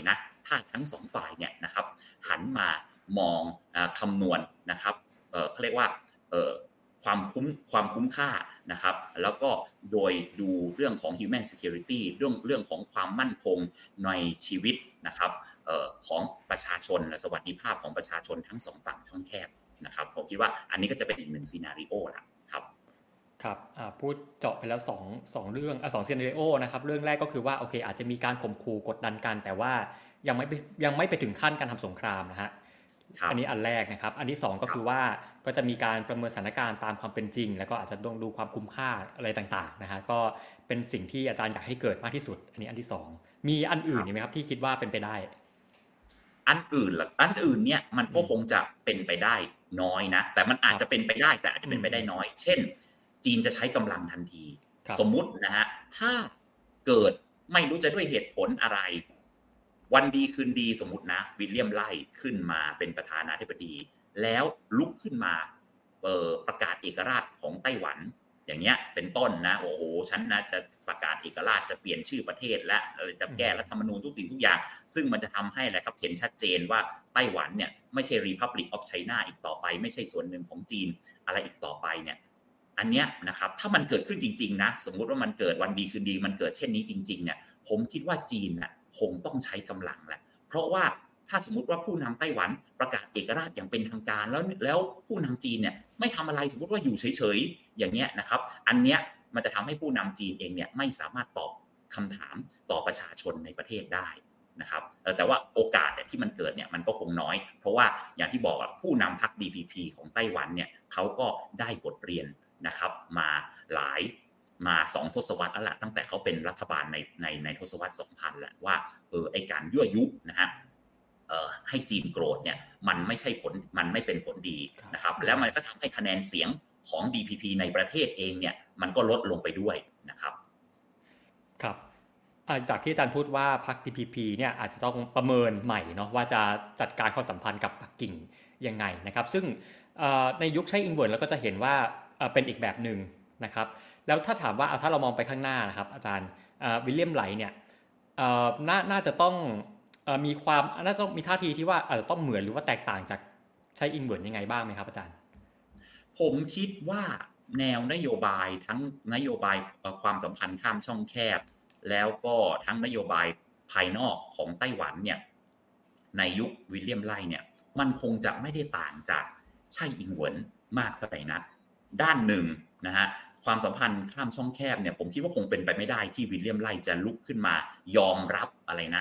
ถ้าทั้ง2ฝ่ายเนี่ยนะครับหันมามองคำนวณนะครับเขาเรียกว่าความคุ้มค่านะครับแล้วก็โดยดูเรื่องของ human security เรื่องของความมั่นคงในชีวิตนะครับของประชาชนและสวัสดิภาพของประชาชนทั้ง2ฝั่งช่องแคบนะครับผมคิดว่าอันนี้ก็จะเป็นอีก1ซีนาริโอละครับครับพูดเจาะไปแล้ว2เรื่อง2ซีนาริโอนะครับเรื่องแรกก็คือว่าโอเคอาจจะมีการข่มขู่กดดันกันแต่ว่ายังไม่ไปถึงขั้นการทำสงครามนะฮะอันนี้อันแรกนะครับอันที่2ก็คือว่าก็จะมีการประเมินสถานการณ์ตามความเป็นจริงแล้วก็อาจจะต้องดูความคุ้มค่าอะไรต่างๆนะฮะก็เป็นสิ่งที่อาจารย์อยากให้เกิดมากที่สุดอันนี้อันที่2มีอันอื่นไหมครับที่คิดว่าเป็นไปได้อันอื่นเนี่ยมันก็คงจะเป็นไปได้น้อยนะแต่มันอาจจะเป็นไปได้แต่อาจจะเป็นไปได้น้อยเช่นจีนจะใช้กำลังทันทีสมมุตินะฮะถ้าเกิดไม่รู้จะด้วยเหตุผลอะไรวันดีคืนดีสมมุตินะวิลเลียมไล่ขึ้นมาเป็นประธานาธิบดีแล้วลุกขึ้นมาประกาศเอกราชของไต้หวันอย่างเงี้ยเป็นต้นนะโอ้โหฉันนะจะประกาศเอกราชจะเปลี่ยนชื่อประเทศและจะแก้รัฐธรรมนูญทุกสิ่งทุกอย่างซึ่งมันจะทำให้อะไรครับเห็นชัดเจนว่าไต้หวันเนี่ยไม่ใช่ Republic of China อีกต่อไปไม่ใช่ส่วนหนึ่งของจีนอะไรอีกต่อไปเนี่ยอันเนี้ยนะครับถ้ามันเกิดขึ้นจริงๆนะสมมุติว่ามันเกิดวันดีคืนดีมันเกิดเช่นนี้จริงๆเนี่ยผมคิดว่าจีนน่ะคงต้องใช้กำลังแหละเพราะว่าถ้าสมมุติว่าผู้นำไต้หวันประกาศเอกราชอย่างเป็นทางการแล้วผู้นำจีนเนี่ยไม่ทำอะไรสมมุติว่าอยู่เฉยๆอย่างเงี้ยนะครับอันเนี้ยมันจะทำให้ผู้นำจีนเองเนี่ยไม่สามารถตอบคำถามต่อประชาชนในประเทศได้นะครับแต่ว่าโอกาสที่มันเกิดเนี่ยมันก็คงน้อยเพราะว่าอย่างที่บอกผู้นำพรรค DPP ของไต้หวันเนี่ยเขาก็ได้บทเรียนนะครับมา2 ทศวรรษแล้วล่ะตั้งแต่เขาเป็นรัฐบาลในทศวรรษ 2000 แล้วว่าไอ้การยั่วยุนะฮะให้จีนโกรธเนี่ยมันไม่เป็นผลดีนะครับแล้วมันก็ทำให้คะแนนเสียงของ DPP ในประเทศเองเนี่ยมันก็ลดลงไปด้วยนะครับครับจากที่อาจารย์พูดว่าพรรค DPP เนี่ยอาจจะต้องประเมินใหม่เนาะว่าจะจัดการความสัมพันธ์กับปักกิ่งยังไงนะครับซึ่งในยุคใช้อิงเวิร์ดเราก็จะเห็นว่าเป็นอีกแบบหนึ่งนะครับแล้วถ้าถามว่าถ้าเรามองไปข้างหน้านะครับอาจารย์วิลเลียมไลท์เนี่ยน่าจะต้องน่าจะต้องมีท่าทีที่ว่าอาจจะต้องเหมือนหรือว่าแตกต่างจากใช้อิงเวิร์ดยังไงบ้างไหมครับอาจารย์ผมคิดว่าแนวนโยบายทั้งนโยบายความสัมพันธ์ข้ามช่องแคบแล้วก็ทั้งนโยบายภายนอกของไต้หวันเนี่ยในยุควิลเลียมไล่เนี่ยมันคงจะไม่ได้ต่างจากไช่อิงเหวินมากเท่าไหร่นักด้านหนึ่งนะฮะความสัมพันธ์ข้ามช่องแคบเนี่ยผมคิดว่าคงเป็นไปไม่ได้ที่วิลเลียมไล่จะลุกขึ้นมายอมรับอะไรนะ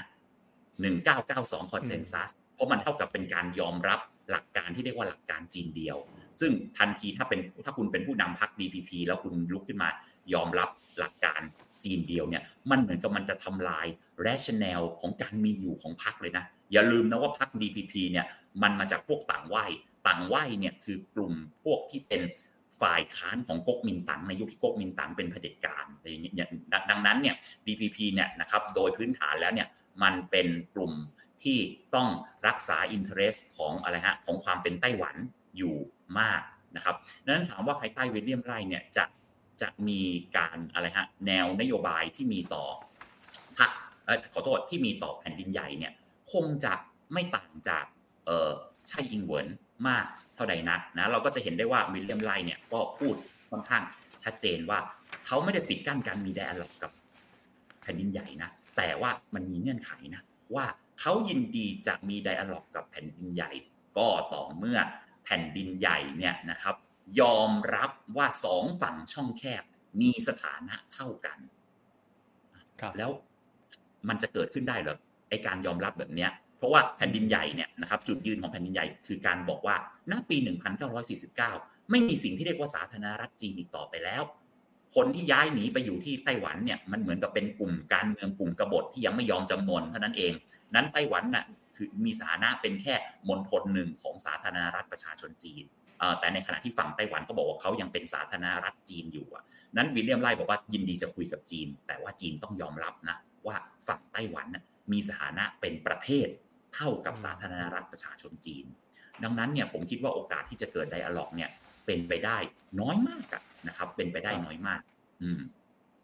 1992 Consensus เพราะมันเท่ากับเป็นการยอมรับหลักการที่เรียกว่าหลักการจีนเดียวซึ่งทันทีถ้าคุณเป็นผู้นำพรรค DPP แล้วคุณลุกขึ้นมายอมรับหลักการจีนเดียวเนี่ยมันเหมือนกับมันจะทำลาย rationale ของการมีอยู่ของพรรคเลยนะอย่าลืมนะว่าพรรค DPP เนี่ยมันมาจากพวกต่างไหว้เนี่ยคือกลุ่มพวกที่เป็นฝ่ายค้านของก๊กมินตั๋งในยุคที่ก๊กมินตั๋งเป็นเผด็จการอะไรอย่างเงี้ยดังนั้นเนี่ย DPP เนี่ยนะครับโดยพื้นฐานแล้วเนี่ยมันเป็นกลุ่มที่ต้องรักษา interest ของอะไรฮะของความเป็นไต้หวันอยู่มากนะครับดังนั้นถามว่าภายใต้วิลเลียมไล่เนี่ยจะมีการอะไรฮะแนวนโยบายที่มีต่อพรรคขอโทษที่มีต่อแผ่นดินใหญ่เนี่ยคงจะไม่ต่างจากไช่อิงเหวินมากเท่าใดนักนะเราก็จะเห็นได้ว่าวิลเลียมไล่เนี่ยก็พูดค่อนข้างชัดเจนว่าเขาไม่ได้ปิดกั้นการมีไดอะล็อกกับแผ่นดินใหญ่นะแต่ว่ามันมีเงื่อนไขนะว่าเขายินดีจะมีไดอะล็อกกับแผ่นดินใหญ่ก็ต่อเมื่อแผ่นดินใหญ่เนี่ยนะครับยอมรับว่า2 ฝั่งช่องแคบมีสถานะเท่ากันแล้วมันจะเกิดขึ้นได้เหรอไอ้การยอมรับแบบเนี้ยเพราะว่าแผ่นดินใหญ่เนี่ยนะครับจุดยืนของแผ่นดินใหญ่คือการบอกว่าณปี 1949 ไม่มีสิ่งที่เรียกว่าสาธารณรัฐจีนอีกต่อไปแล้วคนที่ย้ายหนีไปอยู่ที่ไต้หวันเนี่ยมันเหมือนกับเป็นกลุ่มการเมืองกลุ่มกบฏที่ยังไม่ยอมจำนนเท่านั้นเองนั้นไต้หวันน่ะคือมีสถานะเป็นแค่มณฑลหนึ่งของสาธารณรัฐประชาชนจีนแต่ในขณะที่ฝั่งไต้หวันเขาบอกว่าเขายังเป็นสาธารณรัฐจีนอยู่นั้นวิลเลียมไล่บอกว่ายินดีจะคุยกับจีนแต่ว่าจีนต้องยอมรับนะว่าฝั่งไต้หวันมีสถานะเป็นประเทศเท่ากับสาธารณรัฐประชาชนจีนดังนั้นเนี่ยผมคิดว่าโอกาสที่จะเกิดไดอะล็อกเนี่ยเป็นไปได้น้อยมากนะครับเป็นไปได้น้อยมาก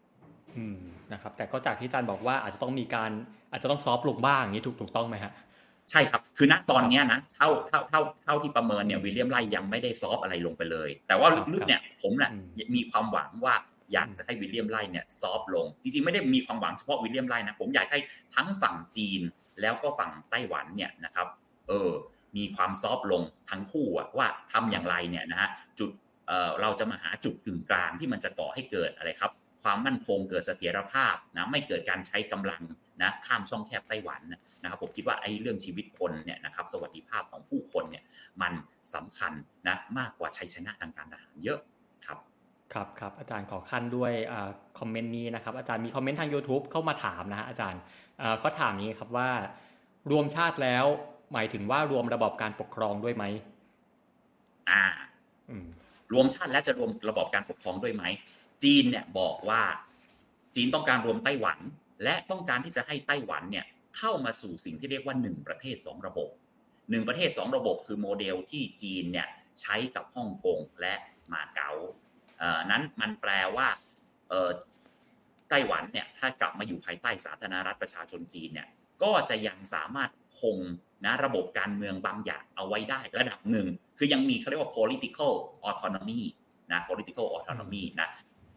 อืมนะครับแต่ก็จากที่อาจารย์บอกว่าอาจจะต้องซอฟต์ลงบ้างอย่างนี้ถูกต้องไหมฮะใช่ครับคือณตอนครับนี้นะเท่าที่ประเมินเนี่ยวิลเลียมไล่ยังไม่ได้ซอฟอะไรลงไปเลยแต่ว่าครับครับลึกๆเนี่ยผมน่ะอืมมีความหวังว่าอยากอืมจะให้วิลเลียมไล่เนี่ยซอฟลงจริงๆไม่ได้มีความหวังเฉพาะวิลเลียมไล่นะผมอยากให้ทั้งฝั่งจีนแล้วก็ฝั่งไต้หวันเนี่ยนะครับมีความซอฟลงทั้งคู่ว่าทำอย่างไรเนี่ยนะฮะจุดเราจะมาหาจุดกึ่งกลางที่มันจะก่อให้เกิดอะไรครับความมั่นคงเกิดเสถียรภาพนะไม่เกิดการใช้กำลังนะข้ามช่องแคบไต้หวันนะครับผมคิดว่าไอ้เรื่องชีวิตคนเนี่ยนะครับสวัสดิภาพของผู้คนเนี่ยมันสำคัญนะมากกว่าชัยชนะทางการทหารเยอะครับครับอาจารย์ขอขั้นด้วยคอมเมนต์นี้นะครับอาจารย์มีคอมเมนต์ทาง YouTube เข้ามาถามนะฮะอาจารย์เขาถามนี้ครับว่ารวมชาติแล้วหมายถึงว่ารวมระบอบการปกครองด้วยไหมอ่าอืมรวมชาติและจะรวมระบอบการปกครองด้วยไหมจีนเนี่ยบอกว่าจีนต้องการรวมไต้หวันและต้องการที่จะให้ไต้หวันเนี่ยเข้ามาสู่สิ่งที่เรียกว่า1ประเทศ2ระบบ1ประเทศ2ระบบคือโมเดลที่จีนเนี่ยใช้กับฮ่องกงและมาเก๊านั้นมันแปลว่าไต้หวันเนี่ยถ้ากลับมาอยู่ภายใต้สาธารณรัฐประชาชนจีนเนี่ยก็จะยังสามารถคงนะระบบการเมืองบางอย่างเอาไว้ได้ระดับหนึ่งคือยังมีเขาเรียกว่า political autonomy นะ political อืม autonomy นะ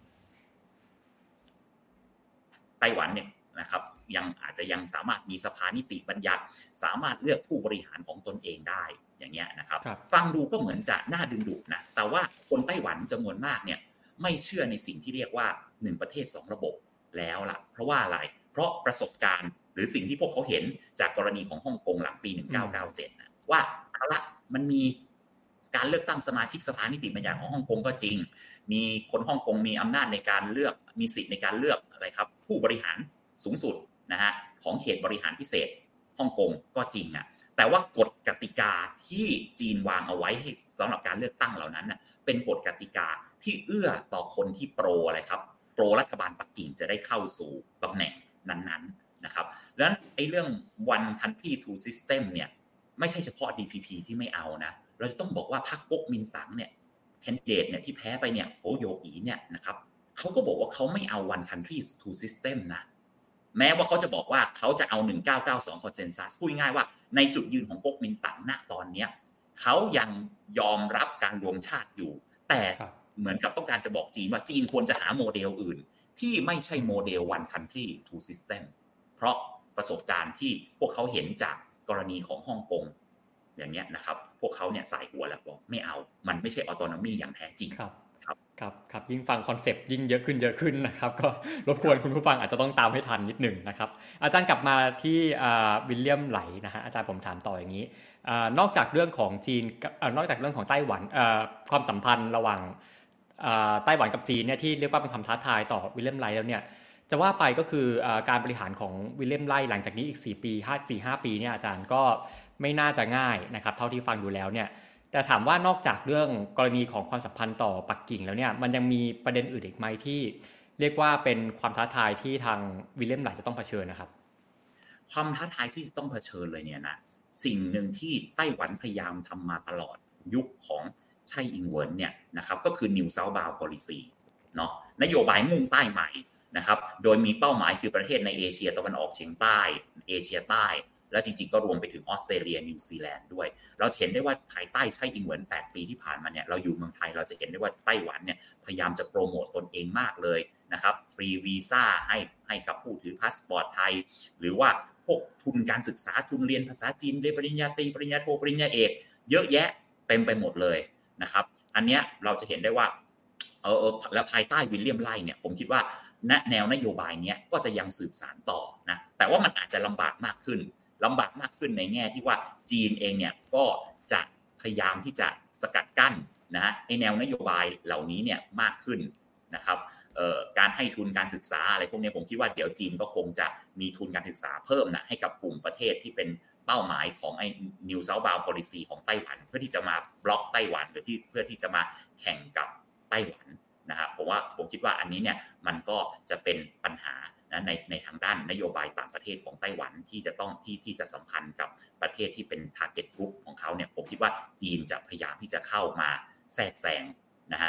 ไต้หวันเนี่ยนะครับอาจจะยังสามารถมีสภานิติบัญญัติสามารถเลือกผู้บริหารของตนเองได้อย่างเงี้ยนะครับครับฟังดูก็เหมือนจะน่าดึงดูดนะแต่ว่าคนไต้หวันจำนวนมากเนี่ยไม่เชื่อในสิ่งที่เรียกว่า1ประเทศ2ระบบแล้วล่ะเพราะว่าอะไรเพราะประสบการณ์หรือสิ่งที่พวกเขาเห็นจากกรณีของฮ่องกงหลังปี1997นะว่าเอาละมันมีการเลือกตั้งสมาชิกสภานิติบัญญัติของฮ่องกงก็จริงมีคนฮ่องกงมีอำนาจในการเลือกมีสิทธิ์ในการเลือกอะไรครับผู้บริหารสูงสุดนะฮะของเขตบริหารพิเศษฮ่องกงก็จริงแต่ว่ากฎกติกาที่จีนวางเอาไว้ให้สำหรับการเลือกตั้งเหล่านั้นเป็นกฎกติกาที่เอื้อต่อคนที่โปรอะไรครับโปรรัฐบาลปักกิ่งจะได้เข้าสู่ตำแหน่งนั้นๆนะครับดังนั้นไอ้เรื่อง one country two system เนี่ยไม่ใช่เฉพาะ DPP ที่ไม่เอานะเราจะต้องบอกว่าพรรคก๊กมินตั๋งเนี่ยแคนดิเดตเนี่ยที่แพ้ไปเนี่ยโหโยอีเนี่ยนะครับเขาก็บอกว่าเขาไม่เอา one country two system นะแม้ว่าเขาจะบอกว่าเขาจะเอา1992 consensus พูดง่ายๆว่าในจุดยืนของก๊กมินตั๋งณตอนนี้เขายังยอมรับการรวมชาติอยู่แต่เหมือนกับต้องการจะบอกจีนว่าจีนควรจะหาโมเดลอื่นที่ไม่ใช่โมเดล one country two system เพราะประสบการณ์ที่พวกเขาเห็นจากกรณีของฮ่องกงอย่างเงี้ยนะครับพวกเขาเนี่ยสายหัวแล้วบอกไม่เอามันไม่ใช่ออโตนอมีอย่างแท้จริงครับครับครับยิ่งฟังคอนเซปต์ยิ่งเยอะขึ้นนะครับก็รบกวนคุณผู้ฟังอาจจะต้องตามให้ทันนิดหนึ่งนะครับอาจารย์กลับมาที่วิลเลียมไหลนะฮะอาจารย์ผมถามต่ออย่างนี้นอกจากเรื่องของจีนนอกจากเรื่องของไต้หวันความสัมพันธ์ระหว่างไต้หวันกับจีนเนี่ยที่เรียกว่าเป็นคำท้าทายต่อวิลเลียมไลแล้วเนี่ยจะว่าไปก็คือการบริหารของวิลเลียมไลหลังจากนี้อีก4 ปี4-5 ปีเนี่ยอาจารย์ก็ไม่น่าจะง่ายนะครับเท่าที่ฟังดูแล้วเนี่ยแต่ถามว่านอกจากเรื่องกรณีของความสัมพันธ์ต่อปักกิ่งแล้วเนี่ยมันยังมีประเด็นอื่นอีกไหมที่เรียกว่าเป็นความท้าทายที่ทางวิลเลียมไลจะต้องเผชิญนะครับความท้าทายที่จะต้องเผชิญเลยเนี่ยนะสิ่งหนึ่งที่ไต้หวันพยายามทำมาตลอดยุคของไช่อิงเหวินเนี่ยนะครับก็คือ New Southbound Policy เนาะนโยบายมุ่งใต้ใหม่นะครับโดยมีเป้าหมายคือประเทศในเอเชียตะวันออกเฉียงใต้เอเชียใต้และจริงๆก็รวมไปถึงออสเตรเลียนิวซีแลนด์ด้วยเราเห็นได้ว่าภายใต้ไช่อิงเหวิน8 ปีที่ผ่านมาเนี่ยเราอยู่เมืองไทยเราจะเห็นได้ว่าไต้หวันเนี่ยพยายามจะโปรโมตตนเองมากเลยนะครับฟรีวีซ่าให้กับผู้ถือพาสปอร์ตไทยหรือว่าพวกทุนการศึกษาทุนเรียนภาษาจีนเรียนปริญญาตรีปริญญาโทปริญญาเอกเยอะแยะเต็มไปหมดเลยนะครับอันเนี้ยเราจะเห็นได้ว่าและภายใต้วิลเลียมไล่เนี่ยผมคิดว่าแนวนโยบายเนี้ยก็จะยังสืบสานต่อนะแต่ว่ามันอาจจะลำบากมากขึ้นในแง่ที่ว่าจีนเองเนี่ยก็จะพยายามที่จะสกัดกั้นนะฮะไอแนวนโยบายเหล่านี้เนี่ยมากขึ้นนะครับการให้ทุนการศึกษาอะไรพวกนี้ผมคิดว่าเดี๋ยวจีนก็คงจะมีทุนการศึกษาเพิ่มนะให้กับกลุ่มประเทศที่เป็นเป้าหมายของไอ้ New Southbound Policy ของไต้หวันเพื่อที่จะมาบล็อกไต้หวันหรือที่เพื่อที่จะมาแข่งกับไต้หวันนะครับผมคิดว่าอันนี้เนี่ยมันก็จะเป็นปัญหานะในทางด้านนโยบายต่างประเทศของไต้หวันที่จะต้องที่จะสัมพันธ์กับประเทศที่เป็น target group ของเขาเนี่ยผมคิดว่าจีนจะพยายามที่จะเข้ามาแทรกแซงนะฮะ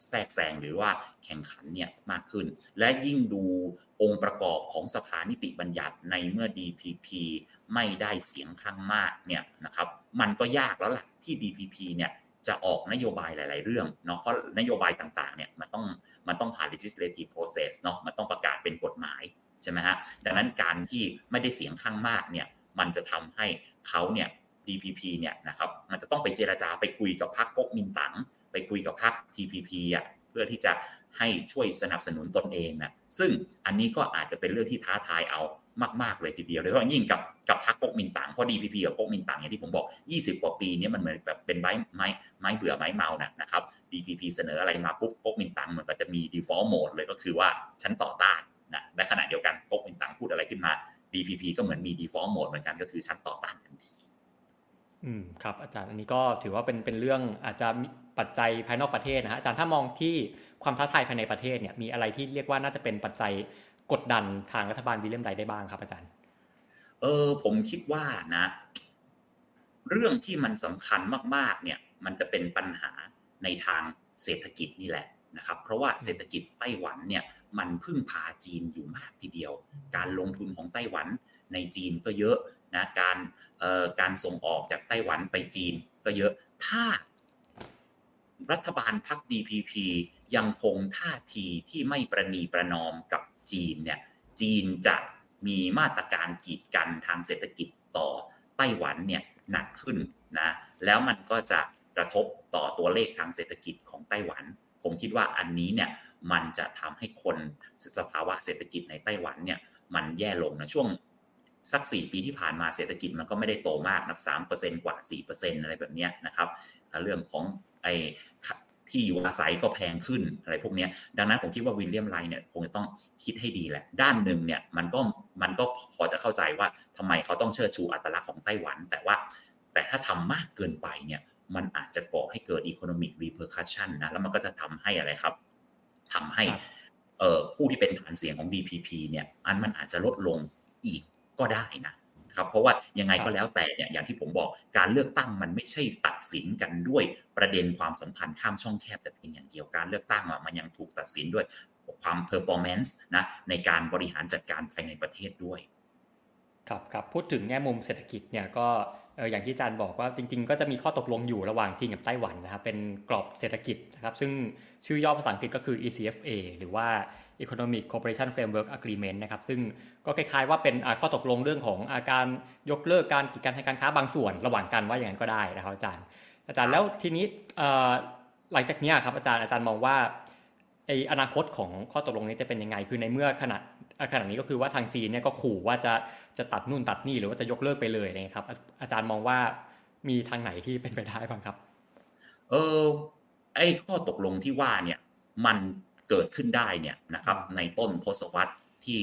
แทรกแซงหรือว่าแข่งขันเนี่ยมากขึ้นและยิ่งดูองค์ประกอบของสภานิติบัญญัติในเมื่อ DPP ไม่ได้เสียงข้างมากเนี่ยนะครับมันก็ยากแล้วล่ะที่ DPP เนี่ยจะออกนโยบายหลายๆเรื่องเนาะเพราะนโยบายต่างๆเนี่ยมันต้องผ่าน legislative process เนาะมันต้องประกาศเป็นกฎหมายใช่ไหมฮะดังนั้นการที่ไม่ได้เสียงข้างมากเนี่ยมันจะทำให้เขาเนี่ย DPP เนี่ยนะครับมันจะต้องไปเจรจาไปคุยกับพรรคก๊กมินตั๋งไปคุยกับพรรค TPP อ่ะเพื่อที่จะให้ช่วยสนับสนุนตนเองนะซึ่งอันนี้ก็อาจจะเป็นเรื่องที่ท้าทายเอามากๆเลยทีเดียวโดยเฉพาะยิ่งกับพรรคก๊กมินตั๋งเพราะ DPP กับก๊กมินตั๋งอย่างที่ผมบอก20กว่าปีนี้มันเหมือนแบบเป็นไม้เบื่อไม้เมานะครับ DPP เสนออะไรมาปุ๊บก๊กมินตั๋งเหมือนก็จะมี default mode เลยก็คือว่าฉันต่อต้านนะในขณะเดียวกันก๊กมินตั๋งพูดอะไรขึ้นมา DPP ก็เหมือนมี default mode เหมือนกันก็คือฉันต่อต้านทันทีครับอาจารย์อันนี้ก็ถือว่าเป็นเรื่องอาจจะมีปัจจัยภายนอกประเทศนะฮะอาจารย์ถ้ามองที่ความท้าทายภายในประเทศเนี่ยมีอะไรที่เรียกว่าน่าจะเป็นปัจจัยกดดันทางรัฐบาลวิลเลียมไดได้บ้างครับอาจารย์ผมคิดว่านะเรื่องที่มันสำคัญมากๆเนี่ยมันจะเป็นปัญหาในทางเศรษฐกิจนี่แหละนะครับเพราะว่าเศรษฐกิจไต้หวันเนี่ยมันพึ่งพาจีนอยู่มากทีเดียวการลงทุนของไต้หวันในจีนก็เยอะนะการส่งออกจากไต้หวันไปจีนก็เยอะถ้ารัฐบาลพรรค DPP ยังคงท่าทีที่ไม่ประนีประนอมกับจีนเนี่ยจีนจะมีมาตรการกีดกันทางเศรษฐกิจต่อไต้หวันเนี่ยหนักขึ้นนะแล้วมันก็จะกระทบต่อตัวเลขทางเศรษฐกิจของไต้หวันผมคิดว่าอันนี้เนี่ยมันจะทำให้คนสภาวะเศรษฐกิจในไต้หวันเนี่ยมันแย่ลงนะช่วงสัก4ปีที่ผ่านมาเศรษฐกิจมันก็ไม่ได้โตมากนะ 3% กว่า 4% อะไรแบบนี้นะครับเรื่องของที่อยู่อาศัยก็แพงขึ้นอะไรพวกนี้ดังนั้นผมคิดว่าวิลเลียมไลเนี่ยคงจะต้องคิดให้ดีแหละด้านหนึ่งเนี่ยมันก็พอจะเข้าใจว่าทำไมเขาต้องเชิดชูอัตลักษณ์ของไต้หวันแต่ถ้าทำมากเกินไปเนี่ยมันอาจจะก่อให้เกิด economic repercussion นะแล้วมันก็จะทำให้อะไรครับทำให้ผู้ที่เป็นฐานเสียงของ DPP เนี่ยมันอาจจะลดลงอีกก็ได้นะครับเพราะว่ายังไงก็แล้วแต่เนี่ยอย่างที่ผมบอกการเลือกตั้งมันไม่ใช่ตัดสินกันด้วยประเด็นความสัมพันธ์ข้ามช่องแคบแต่เพียงอย่างเดียวการเลือกตั้งมันยังถูกตัดสินด้วยความ performance นะในการบริหารจัดการภายในประเทศด้วยครับพูดถึงแง่มุมเศรษฐกิจเนี่ยก็อย่างที่อาจารย์บอกว่าจริงๆก็จะมีข้อตกลงอยู่ระหว่างจีนกับไต้หวันนะครับเป็นกรอบเศรษฐกิจนะครับซึ่งชื่อย่อภาษาอังกฤษก็คือ ECFA หรือว่า Economic Cooperation Framework Agreement นะครับซึ่งก็คล้ายๆว่าเป็นข้อตกลงเรื่องของการยกเลิกการกีดกันทางการค้าบางส่วนระหว่างกันว่าอย่างนั้นก็ได้นะครับอาจารย์แล้วทีนี้หลังจากนี้ครับอาจารย์มองว่าอนาคตของข้อตกลงนี้จะเป็นยังไงคือในเมื่อขณะนี้ก็คือว่าทางจีนเนี่ยก็ขู่ว่าจะตัดนู่นตัดนี่หรือว่าจะยกเลิกไปเลยนะครับอาจารย์มองว่ามีทางไหนที่เป็นไปได้บ้างครับไอ้ข้อตกลงที่ว่าเนี่ยมันเกิดขึ้นได้เนี่ยนะครับในต้นทศวรรษที่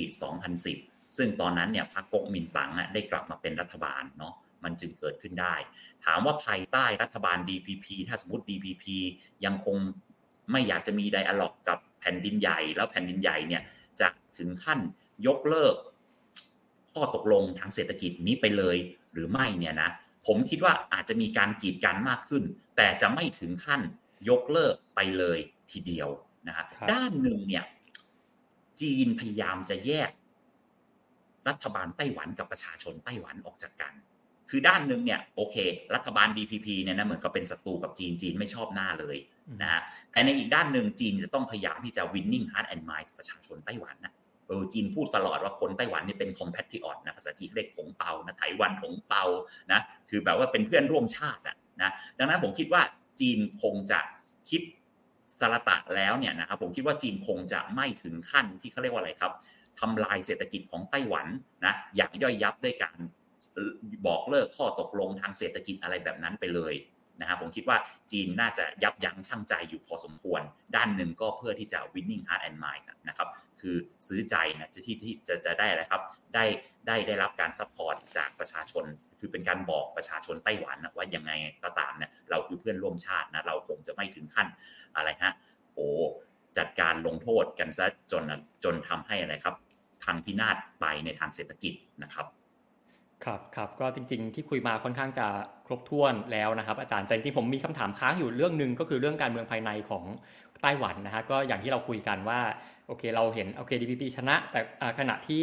2010ซึ่งตอนนั้นเนี่ยพรรคก๊กมินตั๋งได้กลับมาเป็นรัฐบาลเนาะมันจึงเกิดขึ้นได้ถามว่าภายใต้รัฐบาล DPP ถ้าสมมติ DPP ยังคงไม่อยากจะมีไดอะล็อกกับแผ่นดินใหญ่แล้วแผ่นดินใหญ่เนี่ยจะถึงขั้นยกเลิกข้อตกลงทางเศรษฐกิจนี้ไปเลยหรือไม่เนี่ยนะผมคิดว่าอาจจะมีการกีดกันมากขึ้นแต่จะไม่ถึงขั้นยกเลิกไปเลยทีเดียวนะฮะด้านหนึ่งเนี่ยจีนพยายามจะแยกรัฐบาลไต้หวันกับประชาชนไต้หวันออกจากกันคือด้านหนึ่งเนี่ยโอเครัฐบาล DPP เนี่ยนะเหมือนกับเป็นศัตรูกับจีนไม่ชอบหน้าเลยนะฮะแต่ในอีกด้านหนึ่งจีนจะต้องพยายามที่จะ winning heart and mind ประชาชนไต้หวันนะจีนพูดตลอดว่าคนไต้หวันนี่เป็น compatriot นะภาษาจีนเรียกถงเปานะไต้หวันถงเปานะคือแบบว่าเป็นเพื่อนร่วมชาตินะดังนั้นผมคิดว่าจีนคงจะคิดสารตะแล้วเนี่ยนะครับผมคิดว่าจีนคงจะไม่ถึงขั้นที่เขาเรียกว่าอะไรครับทำลายเศรษฐกิจของไต้หวันนะอย่างย่อยยับด้วยการบอกเลิกข้อตกลงทางเศรษฐกิจอะไรแบบนั้นไปเลยนะครับผมคิดว่าจีนน่าจะยับยั้งชั่งใจอยู่พอสมควรด้านหนึ่งก็เพื่อที่จะ winning heart and mind นะครับคือซื้อใจนะที่จะได้อะไรครับได้รับการซัพพอร์ตจากประชาชนคือเป็นการบอกประชาชนไต้หวันนะว่ายังไงก็ตามเนี่ยเราคือเพื่อนร่วมชาตินะเราคงจะไม่ถึงขั้นอะไรฮะจัดการลงโทษกันซะจนทำให้อะไรครับพังพินาศไปในทางเศรษฐกิจนะครับครับก็จริงๆที่คุยมาค่อนข้างจะครบถ้วนแล้วนะครับอาจารย์แต่จริงๆผมมีคำถามค้างอยู่เรื่องนึงก็คือเรื่องการเมืองภายในของไต้หวันนะฮะก็อย่างที่เราคุยกันว่าโอเคเราเห็นโอเค DPP ชนะแต่ขณะที่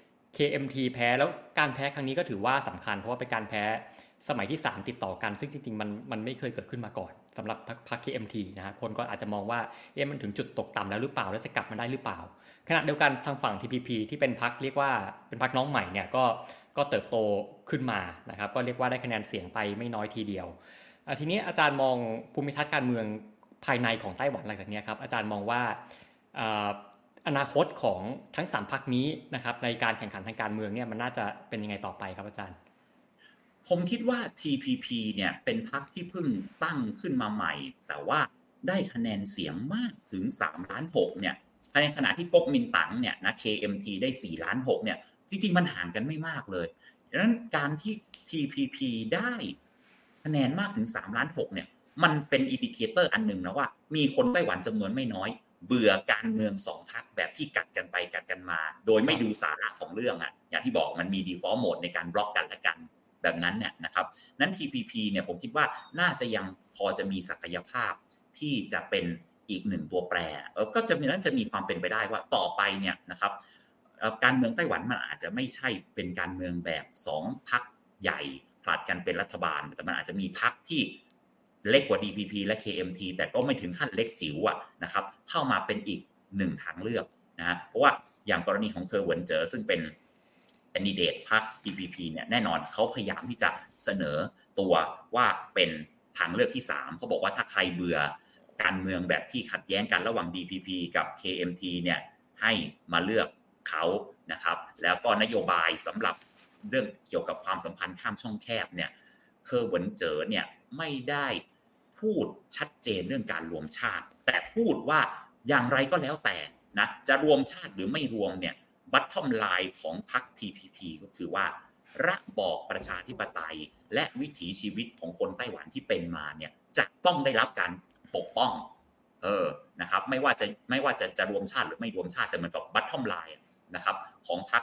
KMT แพ้แล้วการแพ้ครั้งนี้ก็ถือว่าสำคัญเพราะว่าเป็นการแพ้สมัยที่3ติดต่อกันซึ่งจริงๆมันไม่เคยเกิดขึ้นมาก่อนสำหรับพรรค KMT นะฮะคนก็อาจจะมองว่ามันถึงจุดตกต่ำแล้วหรือเปล่าแล้วจะกลับมาได้หรือเปล่าขณะเดียวกันทางฝั่ง TPP ที่เป็นพรรคเรียกว่าเป็นพรรคน้องใหม่เนี่ยก็เติบโตขึ้นมานะครับก็เรียกว่าได้คะแนนเสียงไปไม่น้อยทีเดียวทีนี้อาจารย์มองภูมิทัศน์การเมืองภายในของไต้หวันหลังจากนี้ครับอาจารย์มองว่าอนาคตของทั้ง3พรรคนี้นะครับในการแข่งขันทางการเมืองเนี่ยมันน่าจะเป็นยังไงต่อไปครับอาจารย์ผมคิดว่า TPP เนี่ยเป็นพรรคที่เพิ่งตั้งขึ้นมาใหม่แต่ว่าได้คะแนนเสียงมากถึง3ล้าน6เนี่ยในขณะที่ก๊กมินตั๋งเนี่ยนะ KMT ได้4ล้าน6เนี่ยจริงๆมันห่างกันไม่มากเลยดังนั้นการที่ TPP ได้คะแนนมากถึง3ล้าน6เนี่ยมันเป็นอินดิเคเตอร์อันหนึ่งนะว่ามีคนไต้หวันจำนวนไม่น้อยเบื่อการเมือง2พรรคแบบที่กัดกันไปกัดกันมาโดยไม่ดูสาระของเรื่องอ่ะอย่างที่บอกมันมี default mode ในการบล็อกกันและกันแบบนั้นเนี่ยนะครับนั้น TPP เนี่ยผมคิดว่าน่าจะยังพอจะมีศักยภาพที่จะเป็นอีกหนึ่งตัวแปรก็จะมีความเป็นไปได้ว่าต่อไปเนี่ยนะครับการเมืองไต้หวันมันอาจจะไม่ใช่เป็นการเมืองแบบ2พรรคใหญ่ผลัดกันเป็นรัฐบาลแต่มันอาจจะมีพรรคที่เล็กกว่า DPP และ KMT แต่ก็ไม่ถึงขั้นเล็กจิ๋วอ่ะนะครับเข้ามาเป็นอีกหนึ่งทางเลือกนะเพราะว่าอย่างกรณีของเคอเหวินเจ๋อซึ่งเป็นแคนดิเดตพรรค DPP เนี่ยแน่นอนเขาพยายามที่จะเสนอตัวว่าเป็นทางเลือกที่3เขาบอกว่าถ้าใครเบื่อการเมืองแบบที่ขัดแย้งกันระหว่าง DPP กับ KMT เนี่ยให้มาเลือกเขานะครับแล้วก็นโยบายสำหรับเรื่องเกี่ยวกับความสัมพันธ์ข้ามช่องแคบเนี่ยเคอเหวินเจ๋อเนี่ยไม่ได้พูดชัดเจนเรื่องการรวมชาติแต่พูดว่าอย่างไรก็แล้วแต่นะจะรวมชาติหรือไม่รวมเนี่ยบัตทอมไลน์ของพรรค TPP ก็คือว่าระบอบประชาธิปไตยและวิถีชีวิตของคนไต้หวันที่เป็นมาเนี่ยจะต้องได้รับการปกป้องนะครับไม่ว่าจะรวมชาติหรือไม่รวมชาติแต่เหมือนกับบัตทอมไลน์นะครับของพรรค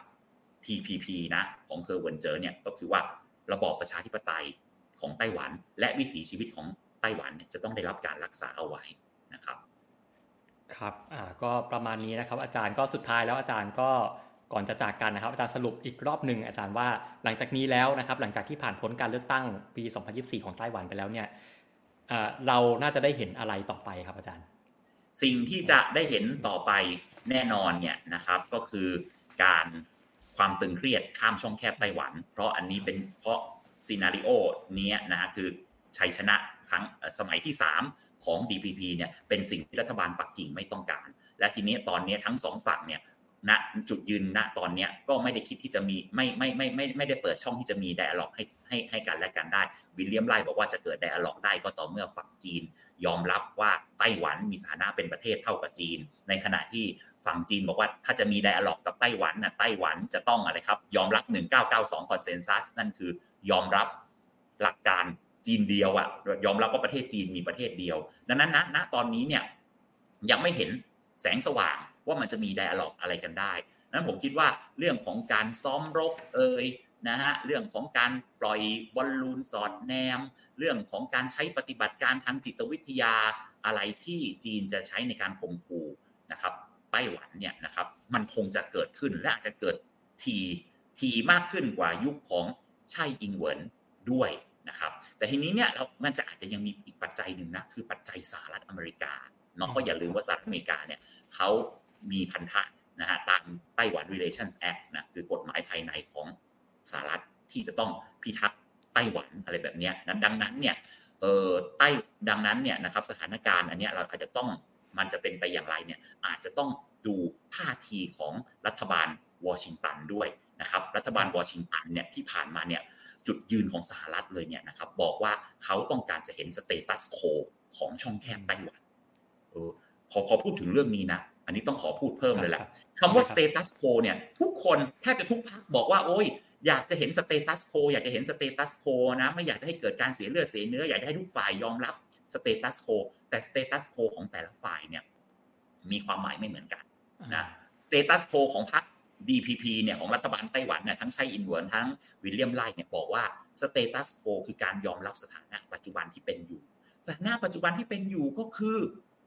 TPP นะของเคอเหวินเจ๋อเนี่ยก็คือว่าระบอบประชาธิปไตยของไต้หวันและวิถีชีวิตของไต้หวันจะต้องได้รับการรักษาเอาไว้นะครับครับก็ประมาณนี้นะครับอาจารย์ก็สุดท้ายแล้วอาจารย์ก็ก่อนจะจากกันนะครับอาจารย์สรุปอีกรอบหนึ่งอาจารย์ว่าหลังจากนี้แล้วนะครับหลังจากที่ผ่านพ้นการเลือกตั้งปี2024ของไต้หวันไปแล้วเนี่ยเราน่าจะได้เห็นอะไรต่อไปครับอาจารย์สิ่งที่จะได้เห็นต่อไปแน่นอนเนี่ยนะครับก็คือการความตึงเครียดข้ามช่องแคบไต้หวันเพราะอันนี้เป็นเพราะซีนาริโอนี้นะฮะคือชัยชนะครั้งสมัยที่3ของ DPP เนี่ยเป็นสิ่งที่รัฐบาลปักกิ่งไม่ต้องการและทีนี้ตอนนี้ทั้ง2ฝั่งเนี่ยณจุดยืนณตอนนี้ก็ไม่ได้คิดที่จะมีไม่ได้เปิดช่องที่จะมีไดอะล็อกให้กันและกันได้วิลเลียมไลบอกว่าจะเกิดไดอะล็อกได้ก็ต่อเมื่อฝั่งจีนยอมรับว่าไต้หวันมีสถานะเป็นประเทศเท่ากับจีนในขณะที่ฝั่งจีนบอกว่าถ้าจะมีไดอะล็อกกับไต้หวันไต้หวันจะต้องอะไรครับยอมรับ1992 Consensus นั่นคือยอมรับหลักการจีนเดียวอ่ะยอมรับว่าประเทศจีนมีประเทศเดียวดังนั้นณตอนนี้เนี่ยยังไม่เห็นแสงสว่างว่ามันจะมีไดอะล็อกอะไรกันได้นั้นผมคิดว่าเรื่องของการซ้อมรบนะฮะเรื่องของการปล่อยบอลลูนสอดแนมเรื่องของการใช้ปฏิบัติการทางจิตวิทยาอะไรที่จีนจะใช้ในการข่มขู่นะครับไต้หวันเนี่ยนะครับมันคงจะเกิดขึ้นและอาจจะเกิดทีมากขึ้นกว่ายุคของไช่อิงเหวินด้วยนะครับแต่ทีนี้เนี่ยมันจะอาจจะยังมีอีกปัจจัยหนึ่งนะคือปัจจัยสหรัฐอเมริกาเนาะก็อย่าลืมว่าสหรัฐอเมริกาเนี่ยเขามีพันธะนะฮะตามไต้หวัน Relations Act นะคือกฎหมายภายในของสหรัฐที่จะต้องพิทักษ์ไต้หวันอะไรแบบนี้นะดังนั้นเนี่ยดังนั้นเนี่ยนะครับสถานการณ์อันนี้เราอาจจะต้องมันจะเป็นไปอย่างไรเนี่ยอาจจะต้องดูท่าทีของรัฐบาลวอชิงตันด้วยนะครับรัฐบาลวอชิงตันเนี่ยที่ผ่านมาเนี่ยจุดยืนของสหรัฐเลยเนี่ยนะครับบอกว่าเขาต้องการจะเห็นสเตตัสโคของช่องแคบไต้หวันพอพูดถึงเรื่องนี้นะอันนี้ต้องขอพูดเพิ่มเลยแหละคำว่า status quo เนี่ยทุกคนแทบจะทุกพรรคบอกว่าโอ้ยอยากจะเห็น status quo อยากจะเห็น status quo นะไม่อยากจะให้เกิดการเสียเลือดเสียเนื้ออยากจะให้ทุกฝ่ายยอมรับ status quo แต่ status quo ของแต่ละฝ่ายเนี่ยมีความหมายไม่เหมือนกันนะ status quo ของพรรค DPP เนี่ยของรัฐบาลไต้หวันเนี่ยทั้งไช่อินเหวินทั้งวิลเลียมไล่เนี่ยบอกว่า status quo คือการยอมรับสถานะปัจจุบันที่เป็นอยู่สถานะปัจจุบันที่เป็นอยู่ก็คือ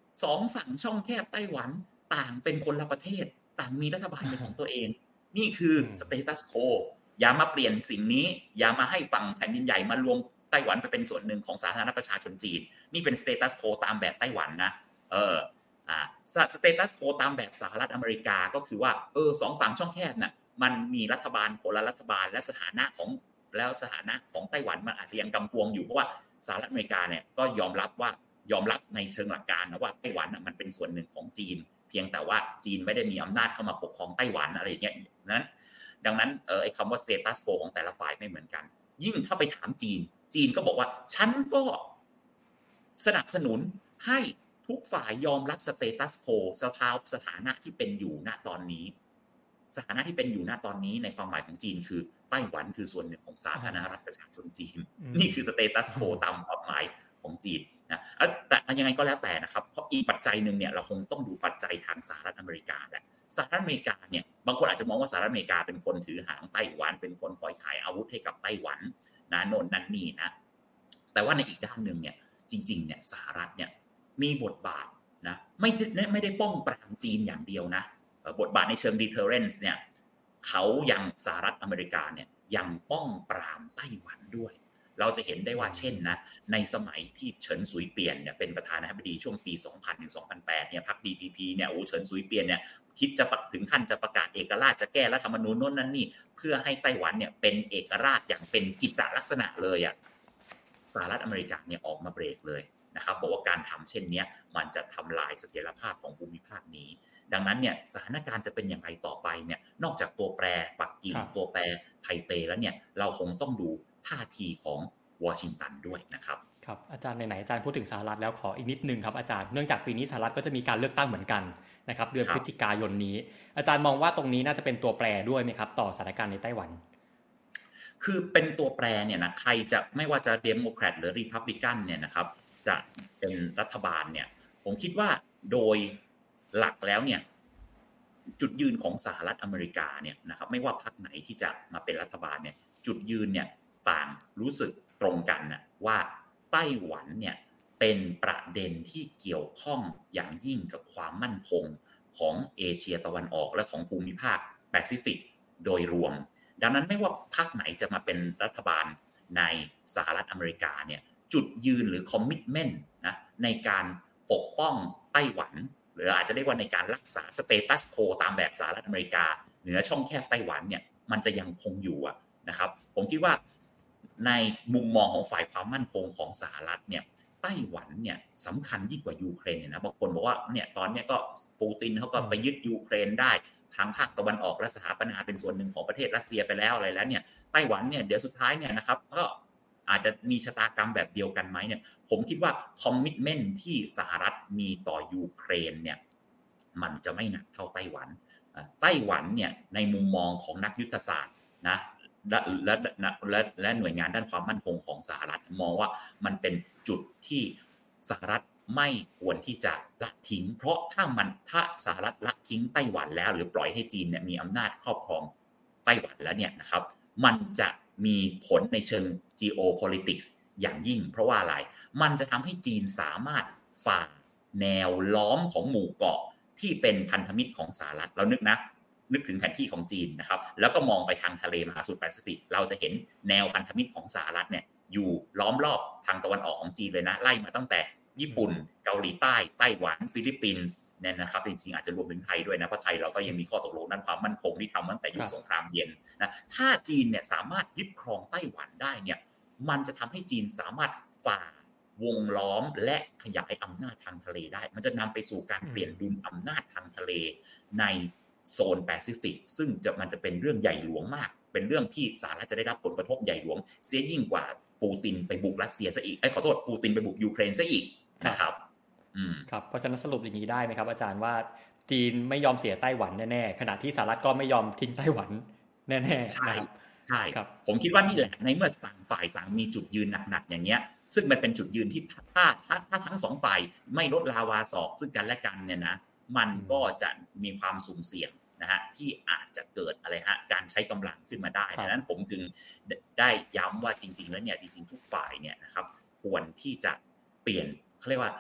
สองฝั่งช่องแคบไต้หวันต่างเป็นคนละประเทศต่างมีรัฐบาลเป็นของตัวเองนี่คือสเตตัสโคอย่ามาเปลี่ยนสิ่งนี้อย่ามาให้ฝั่งแผ่นดินใหญ่มารวมไต้หวันไปเป็นส่วนหนึ่งของสาธารณรัฐประชาชนจีนนี่เป็นสเตตัสโคตามแบบไต้หวันนะสเตตัสโคตามแบบสหรัฐอเมริกาก็คือว่าสองฝั่งช่องแคบน่ะมันมีรัฐบาลคนละรัฐบาลและสถานะของไต้หวันมันอาจจะยังกำกวงอยู่เพราะว่าสหรัฐอเมริกาเนี่ยก็ยอมรับในเชิงหลักการนะว่าไต้หวันมันเป็นส่วนหนึ่งของจีนเพียงแต่ว่าจีนไม่ได้มีอำนาจเข้ามาปกครองไต้หวันอะไรอย่างเงี้ยนั้นดังนั้นไอ้คำว่า status quo ของแต่ละฝ่ายไม่เหมือนกันยิ่งถ้าไปถามจีนก็บอกว่าฉันก็สนับสนุนให้ทุกฝ่ายยอมรับ status quo สถานะที่เป็นอยู่ณตอนนี้สถานะที่เป็นอยู่ณตอนนี้ในความหมายของจีนคือไต้หวันคือส่วนหนึ่งของสาธารณรัฐประชาชนจีนนี่คือ status quo ตามความหมายของจีนนะแต่ยังไงก็แล้วแต่นะครับเพราะอีกปัจจัยหนึ่งเนี่ยเราคงต้องดูปัจจัยทางสหรัฐอเมริกาแหละสหรัฐอเมริกาเนี่ยบางคนอาจจะมองว่าสหรัฐอเมริกาเป็นคนถือหางไต้หวันเป็นคนคอยขายอาวุธให้กับไต้หวันนะโน่นนั่นนี่นะแต่ว่าในอีกด้านหนึ่งเนี่ยจริงๆเนี่ยสหรัฐเนี่ยมีบทบาทนะไม่ได้ป้องปรามจีนอย่างเดียวนะบทบาทในเชิง deterrence เนี่ยเขายังสหรัฐอเมริกาเนี่ยยังป้องปรามไต้หวันด้วยเราจะเห็นได้ว่าเช่นนะในสมัยที่เฉินซุยเปียนเนี่ยเป็นประธานาธิบดีช่วงปี 2000 ถึง 2008 เนี่ยพรรค DPP เนี่ยเฉินซุยเปียนเนี่ยคิดจะถึงขั้นจะประกาศเอกราชจะแก้รัฐธรรมนูญโน่นนั่นนี่เพื่อให้ไต้หวันเนี่ยเป็นเอกราชอย่างเป็นกิจจลักษณะเลยอ่ะสหรัฐอเมริกาเนี่ยออกมาเบรกเลยนะครับบอกว่าการทำเช่นนี้มันจะทำลายเสถียรภาพของภูมิภาคนี้ดังนั้นเนี่ยสถานการณ์จะเป็นอย่างไรต่อไปเนี่ยนอกจากตัวแปรปักกิ่งตัวแปรไทเปแล้วเนี่ยเราคงต้องดูท่าทีของวอชิงตันด้วยนะครับครับอาจารย์ไหนๆอาจารย์พูดถึงสหรัฐแล้วขออีกนิดนึงครับอาจารย์เนื่องจากปีนี้สหรัฐก็จะมีการเลือกตั้งเหมือนกันนะครับเดือนพฤศจิกายนนี้อาจารย์มองว่าตรงนี้น่าจะเป็นตัวแปรด้วยไหมครับต่อสถานการณ์ในไต้หวันคือเป็นตัวแปรเนี่ยนะใครจะไม่ว่าจะเดโมแครตหรือรีพับลิกันเนี่ยนะครับจะเป็นรัฐบาลเนี่ยผมคิดว่าโดยหลักแล้วเนี่ยจุดยืนของสหรัฐอเมริกาเนี่ยนะครับไม่ว่าพรรคไหนที่จะมาเป็นรัฐบาลเนี่ยจุดยืนเนี่ยต่างรู้สึกตรงกันนะว่าไต้หวันเนี่ยเป็นประเด็นที่เกี่ยวข้องอย่างยิ่งกับความมั่นคงของเอเชียตะวันออกและของภูมิภาคแปซิฟิกโดยรวมดังนั้นไม่ว่าพรรคไหนจะมาเป็นรัฐบาลในสหรัฐอเมริกาเนี่ยจุดยืนหรือคอมมิตเมนต์นะในการปกป้องไต้หวันหรืออาจจะเรียกว่าในการรักษาสเตตัสโคตามแบบสหรัฐอเมริกาเหนือช่องแคบไต้หวันเนี่ยมันจะยังคงอยู่นะครับผมคิดว่าในมุมมองของฝ่ายความมั่นคงของสหรัฐเนี่ยไต้หวันเนี่ยสำคัญยิ่งกว่ายูเครนเนี่ยนะบางคนบอกว่าเนี่ยตอนนี้ก็ปูตินเขาก็ไปยึดยูเครนได้ทางภาคตะวันออกและสถาปนาเป็นส่วนหนึ่งของประเทศรัสเซียไปแล้วอะไรแล้วเนี่ยไต้หวันเนี่ยเดี๋ยวสุดท้ายเนี่ยนะครับก็อาจจะมีชะตากรรมแบบเดียวกันไหมเนี่ยผมคิดว่าคอมมิตเมนต์ที่สหรัฐมีต่อยูเครนเนี่ยมันจะไม่หนักเท่าไต้หวันไต้หวันเนี่ยในมุมมองของนักยุทธศาสตร์นะและหน่วยงานด้านความมั่นคงของสหรัฐมองว่ามันเป็นจุดที่สหรัฐไม่ควรที่จะละทิ้งเพราะถ้าสหรัฐละทิ้งไต้หวันแล้วหรือปล่อยให้จีนเนี่ยมีอำนาจครอบครองไต้หวันแล้วเนี่ยนะครับมันจะมีผลในเชิง geopolitics อย่างยิ่งเพราะว่าอะไรมันจะทำให้จีนสามารถฝ่าแนวล้อมของหมู่เกาะที่เป็นพันธมิตรของสหรัฐเรานึกถึงแผนที่ของจีนนะครับแล้วก็มองไปทางทะเลมหาสมุทรแปซิฟิกเราจะเห็นแนวพันธมิตรของสหรัฐเนี่ยอยู่ล้อมรอบทางตะวันออกของจีนเลยนะไล่มาตั้งแต่ญี่ปุ่นเกาหลีใต้ไต้หวันฟิลิปปินส์เนี่ยนะครับจริงๆอาจจะรวมถึงไทยด้วยนะเพราะไทยเราก็ยังมีข้อตกลงด้านความมั่นคงที่ทำตั้งแต่ยุคสงครามเย็นนะถ้าจีนเนี่ยสามารถยึดครองไต้หวันได้เนี่ยมันจะทำให้จีนสามารถฝ่าวงล้อมและขยายอำนาจทางทะเลได้มันจะนำไปสู่การเปลี่ยนดุลอำนาจทางทะเลในโซนแปซิฟิกซึ่งมันจะเป็นเรื่องใหญ่หลวงมากเป็นเรื่องที่สหรัฐจะได้รับผลกระทบใหญ่หลวงเสียยิ่งกว่าปูตินไปบุกรัสเซียซะอีกขอโทษปูตินไปบุกยูเครนซะอีกนะครับครับเพราะฉะนั้นสรุปอย่างนี้ได้ไหมครับอาจารย์ว่าจีนไม่ยอมเสียไต้หวันแน่ๆขณะที่สหรัฐก็ไม่ยอมทิ้งไต้หวันแน่ๆใช่ใช่ผมคิดว่านี่แหละในเมื่อต่างฝ่ายต่างมีจุดยืนหนักๆอย่างเงี้ยซึ่งมันเป็นจุดยืนที่ถ้าทั้งสองฝ่ายไม่ลดลาวาศอกซึ่งกันและกันเนี่ยนะมันก็จะมีความสุ่มเสี่ยงนะฮะที่อาจจะเกิดอะไรฮะการใช้กำลังขึ้นมาได้ดังนั้นผมจึงได้ย้ำว่าจริงๆแล้วเนี่ยจริงๆทุกฝ่ายเนี่ยนะครับควรที่จะเปลี่ยนเขาเรียกว่าก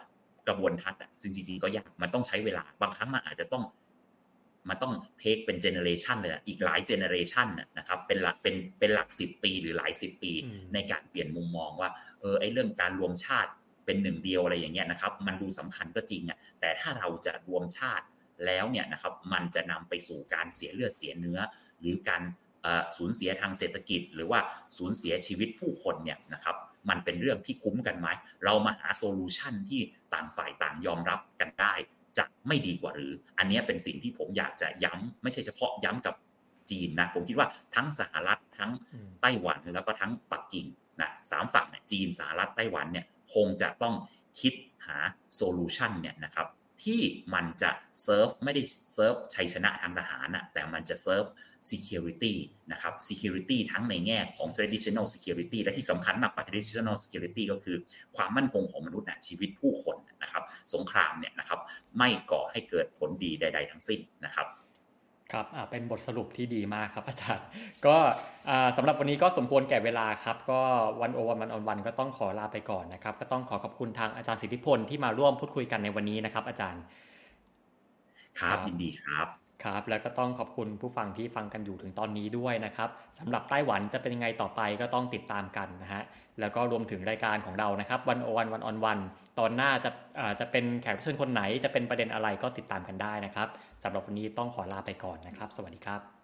กระบวนทัศน์จริงๆก็ยากมันต้องใช้เวลาบางครั้งมันอาจจะต้องเทคเป็นเจเนอเรชันเลยอีกหลายเจเนอเรชันนะครับเป็นหลัก10 ปีหรือหลาย10 ปีในการเปลี่ยนมุมมองว่าไอ้เรื่องการรวมชาติเป็นหนึ่งเดียวอะไรอย่างเงี้ยนะครับมันดูสำคัญก็จริงแต่ถ้าเราจะรวมชาติแล้วเนี่ยนะครับมันจะนำไปสู่การเสียเลือดเสียเนื้อหรือการสูญเสียทางเศรษฐกิจหรือว่าสูญเสียชีวิตผู้คนเนี่ยนะครับมันเป็นเรื่องที่คุ้มกันไหมเรามาหาโซลูชันที่ต่างฝ่ายต่างยอมรับกันได้จะไม่ดีกว่าหรืออันนี้เป็นสิ่งที่ผมอยากจะย้ำไม่ใช่เฉพาะย้ำกับจีนนะผมคิดว่าทั้งสหรัฐทั้งไต้หวันแล้วก็ทั้งปักกิ่งนะ3 ฝั่งเนี่ยจีนสหรัฐไต้หวันเนี่ยคงจะต้องคิดหาโซลูชันเนี่ยนะครับที่มันจะเซิร์ฟไม่ได้เซิร์ฟชัยชนะทางทหารนะแต่มันจะเซิร์ฟ security นะครับ security ทั้งในแง่ของ traditional security และที่สำคัญมากกว่า traditional security ก็คือความมั่นคงของมนุษย์ชีวิตผู้คนนะครับสงครามเนี่ยนะครับไม่ก่อให้เกิดผลดีใดๆทั้งสิ้นนะครับครับเป็นบทสรุปที่ดีมากครับอาจารย์ก็สำหรับวันนี้ก็สมควรแก่เวลาครับก็วันออนวันก็ต้องขอลาไปก่อนนะครับก็ต้องขอบคุณทางอาจารย์สิทธิพลที่มาร่วมพูดคุยกันในวันนี้นะครับอาจารย์ครับยินดีครับครับแล้วก็ต้องขอบคุณผู้ฟังที่ฟังกันอยู่ถึงตอนนี้ด้วยนะครับสำหรับไต้หวันจะเป็นยังไงต่อไปก็ต้องติดตามกันนะฮะแล้วก็รวมถึงรายการของเรานะครับวันออนวันตอนหน้าจะเป็นแขกรับเชิญคนไหนจะเป็นประเด็นอะไรก็ติดตามกันได้นะครับสำหรับวันนี้ต้องขอลาไปก่อนนะครับสวัสดีครับ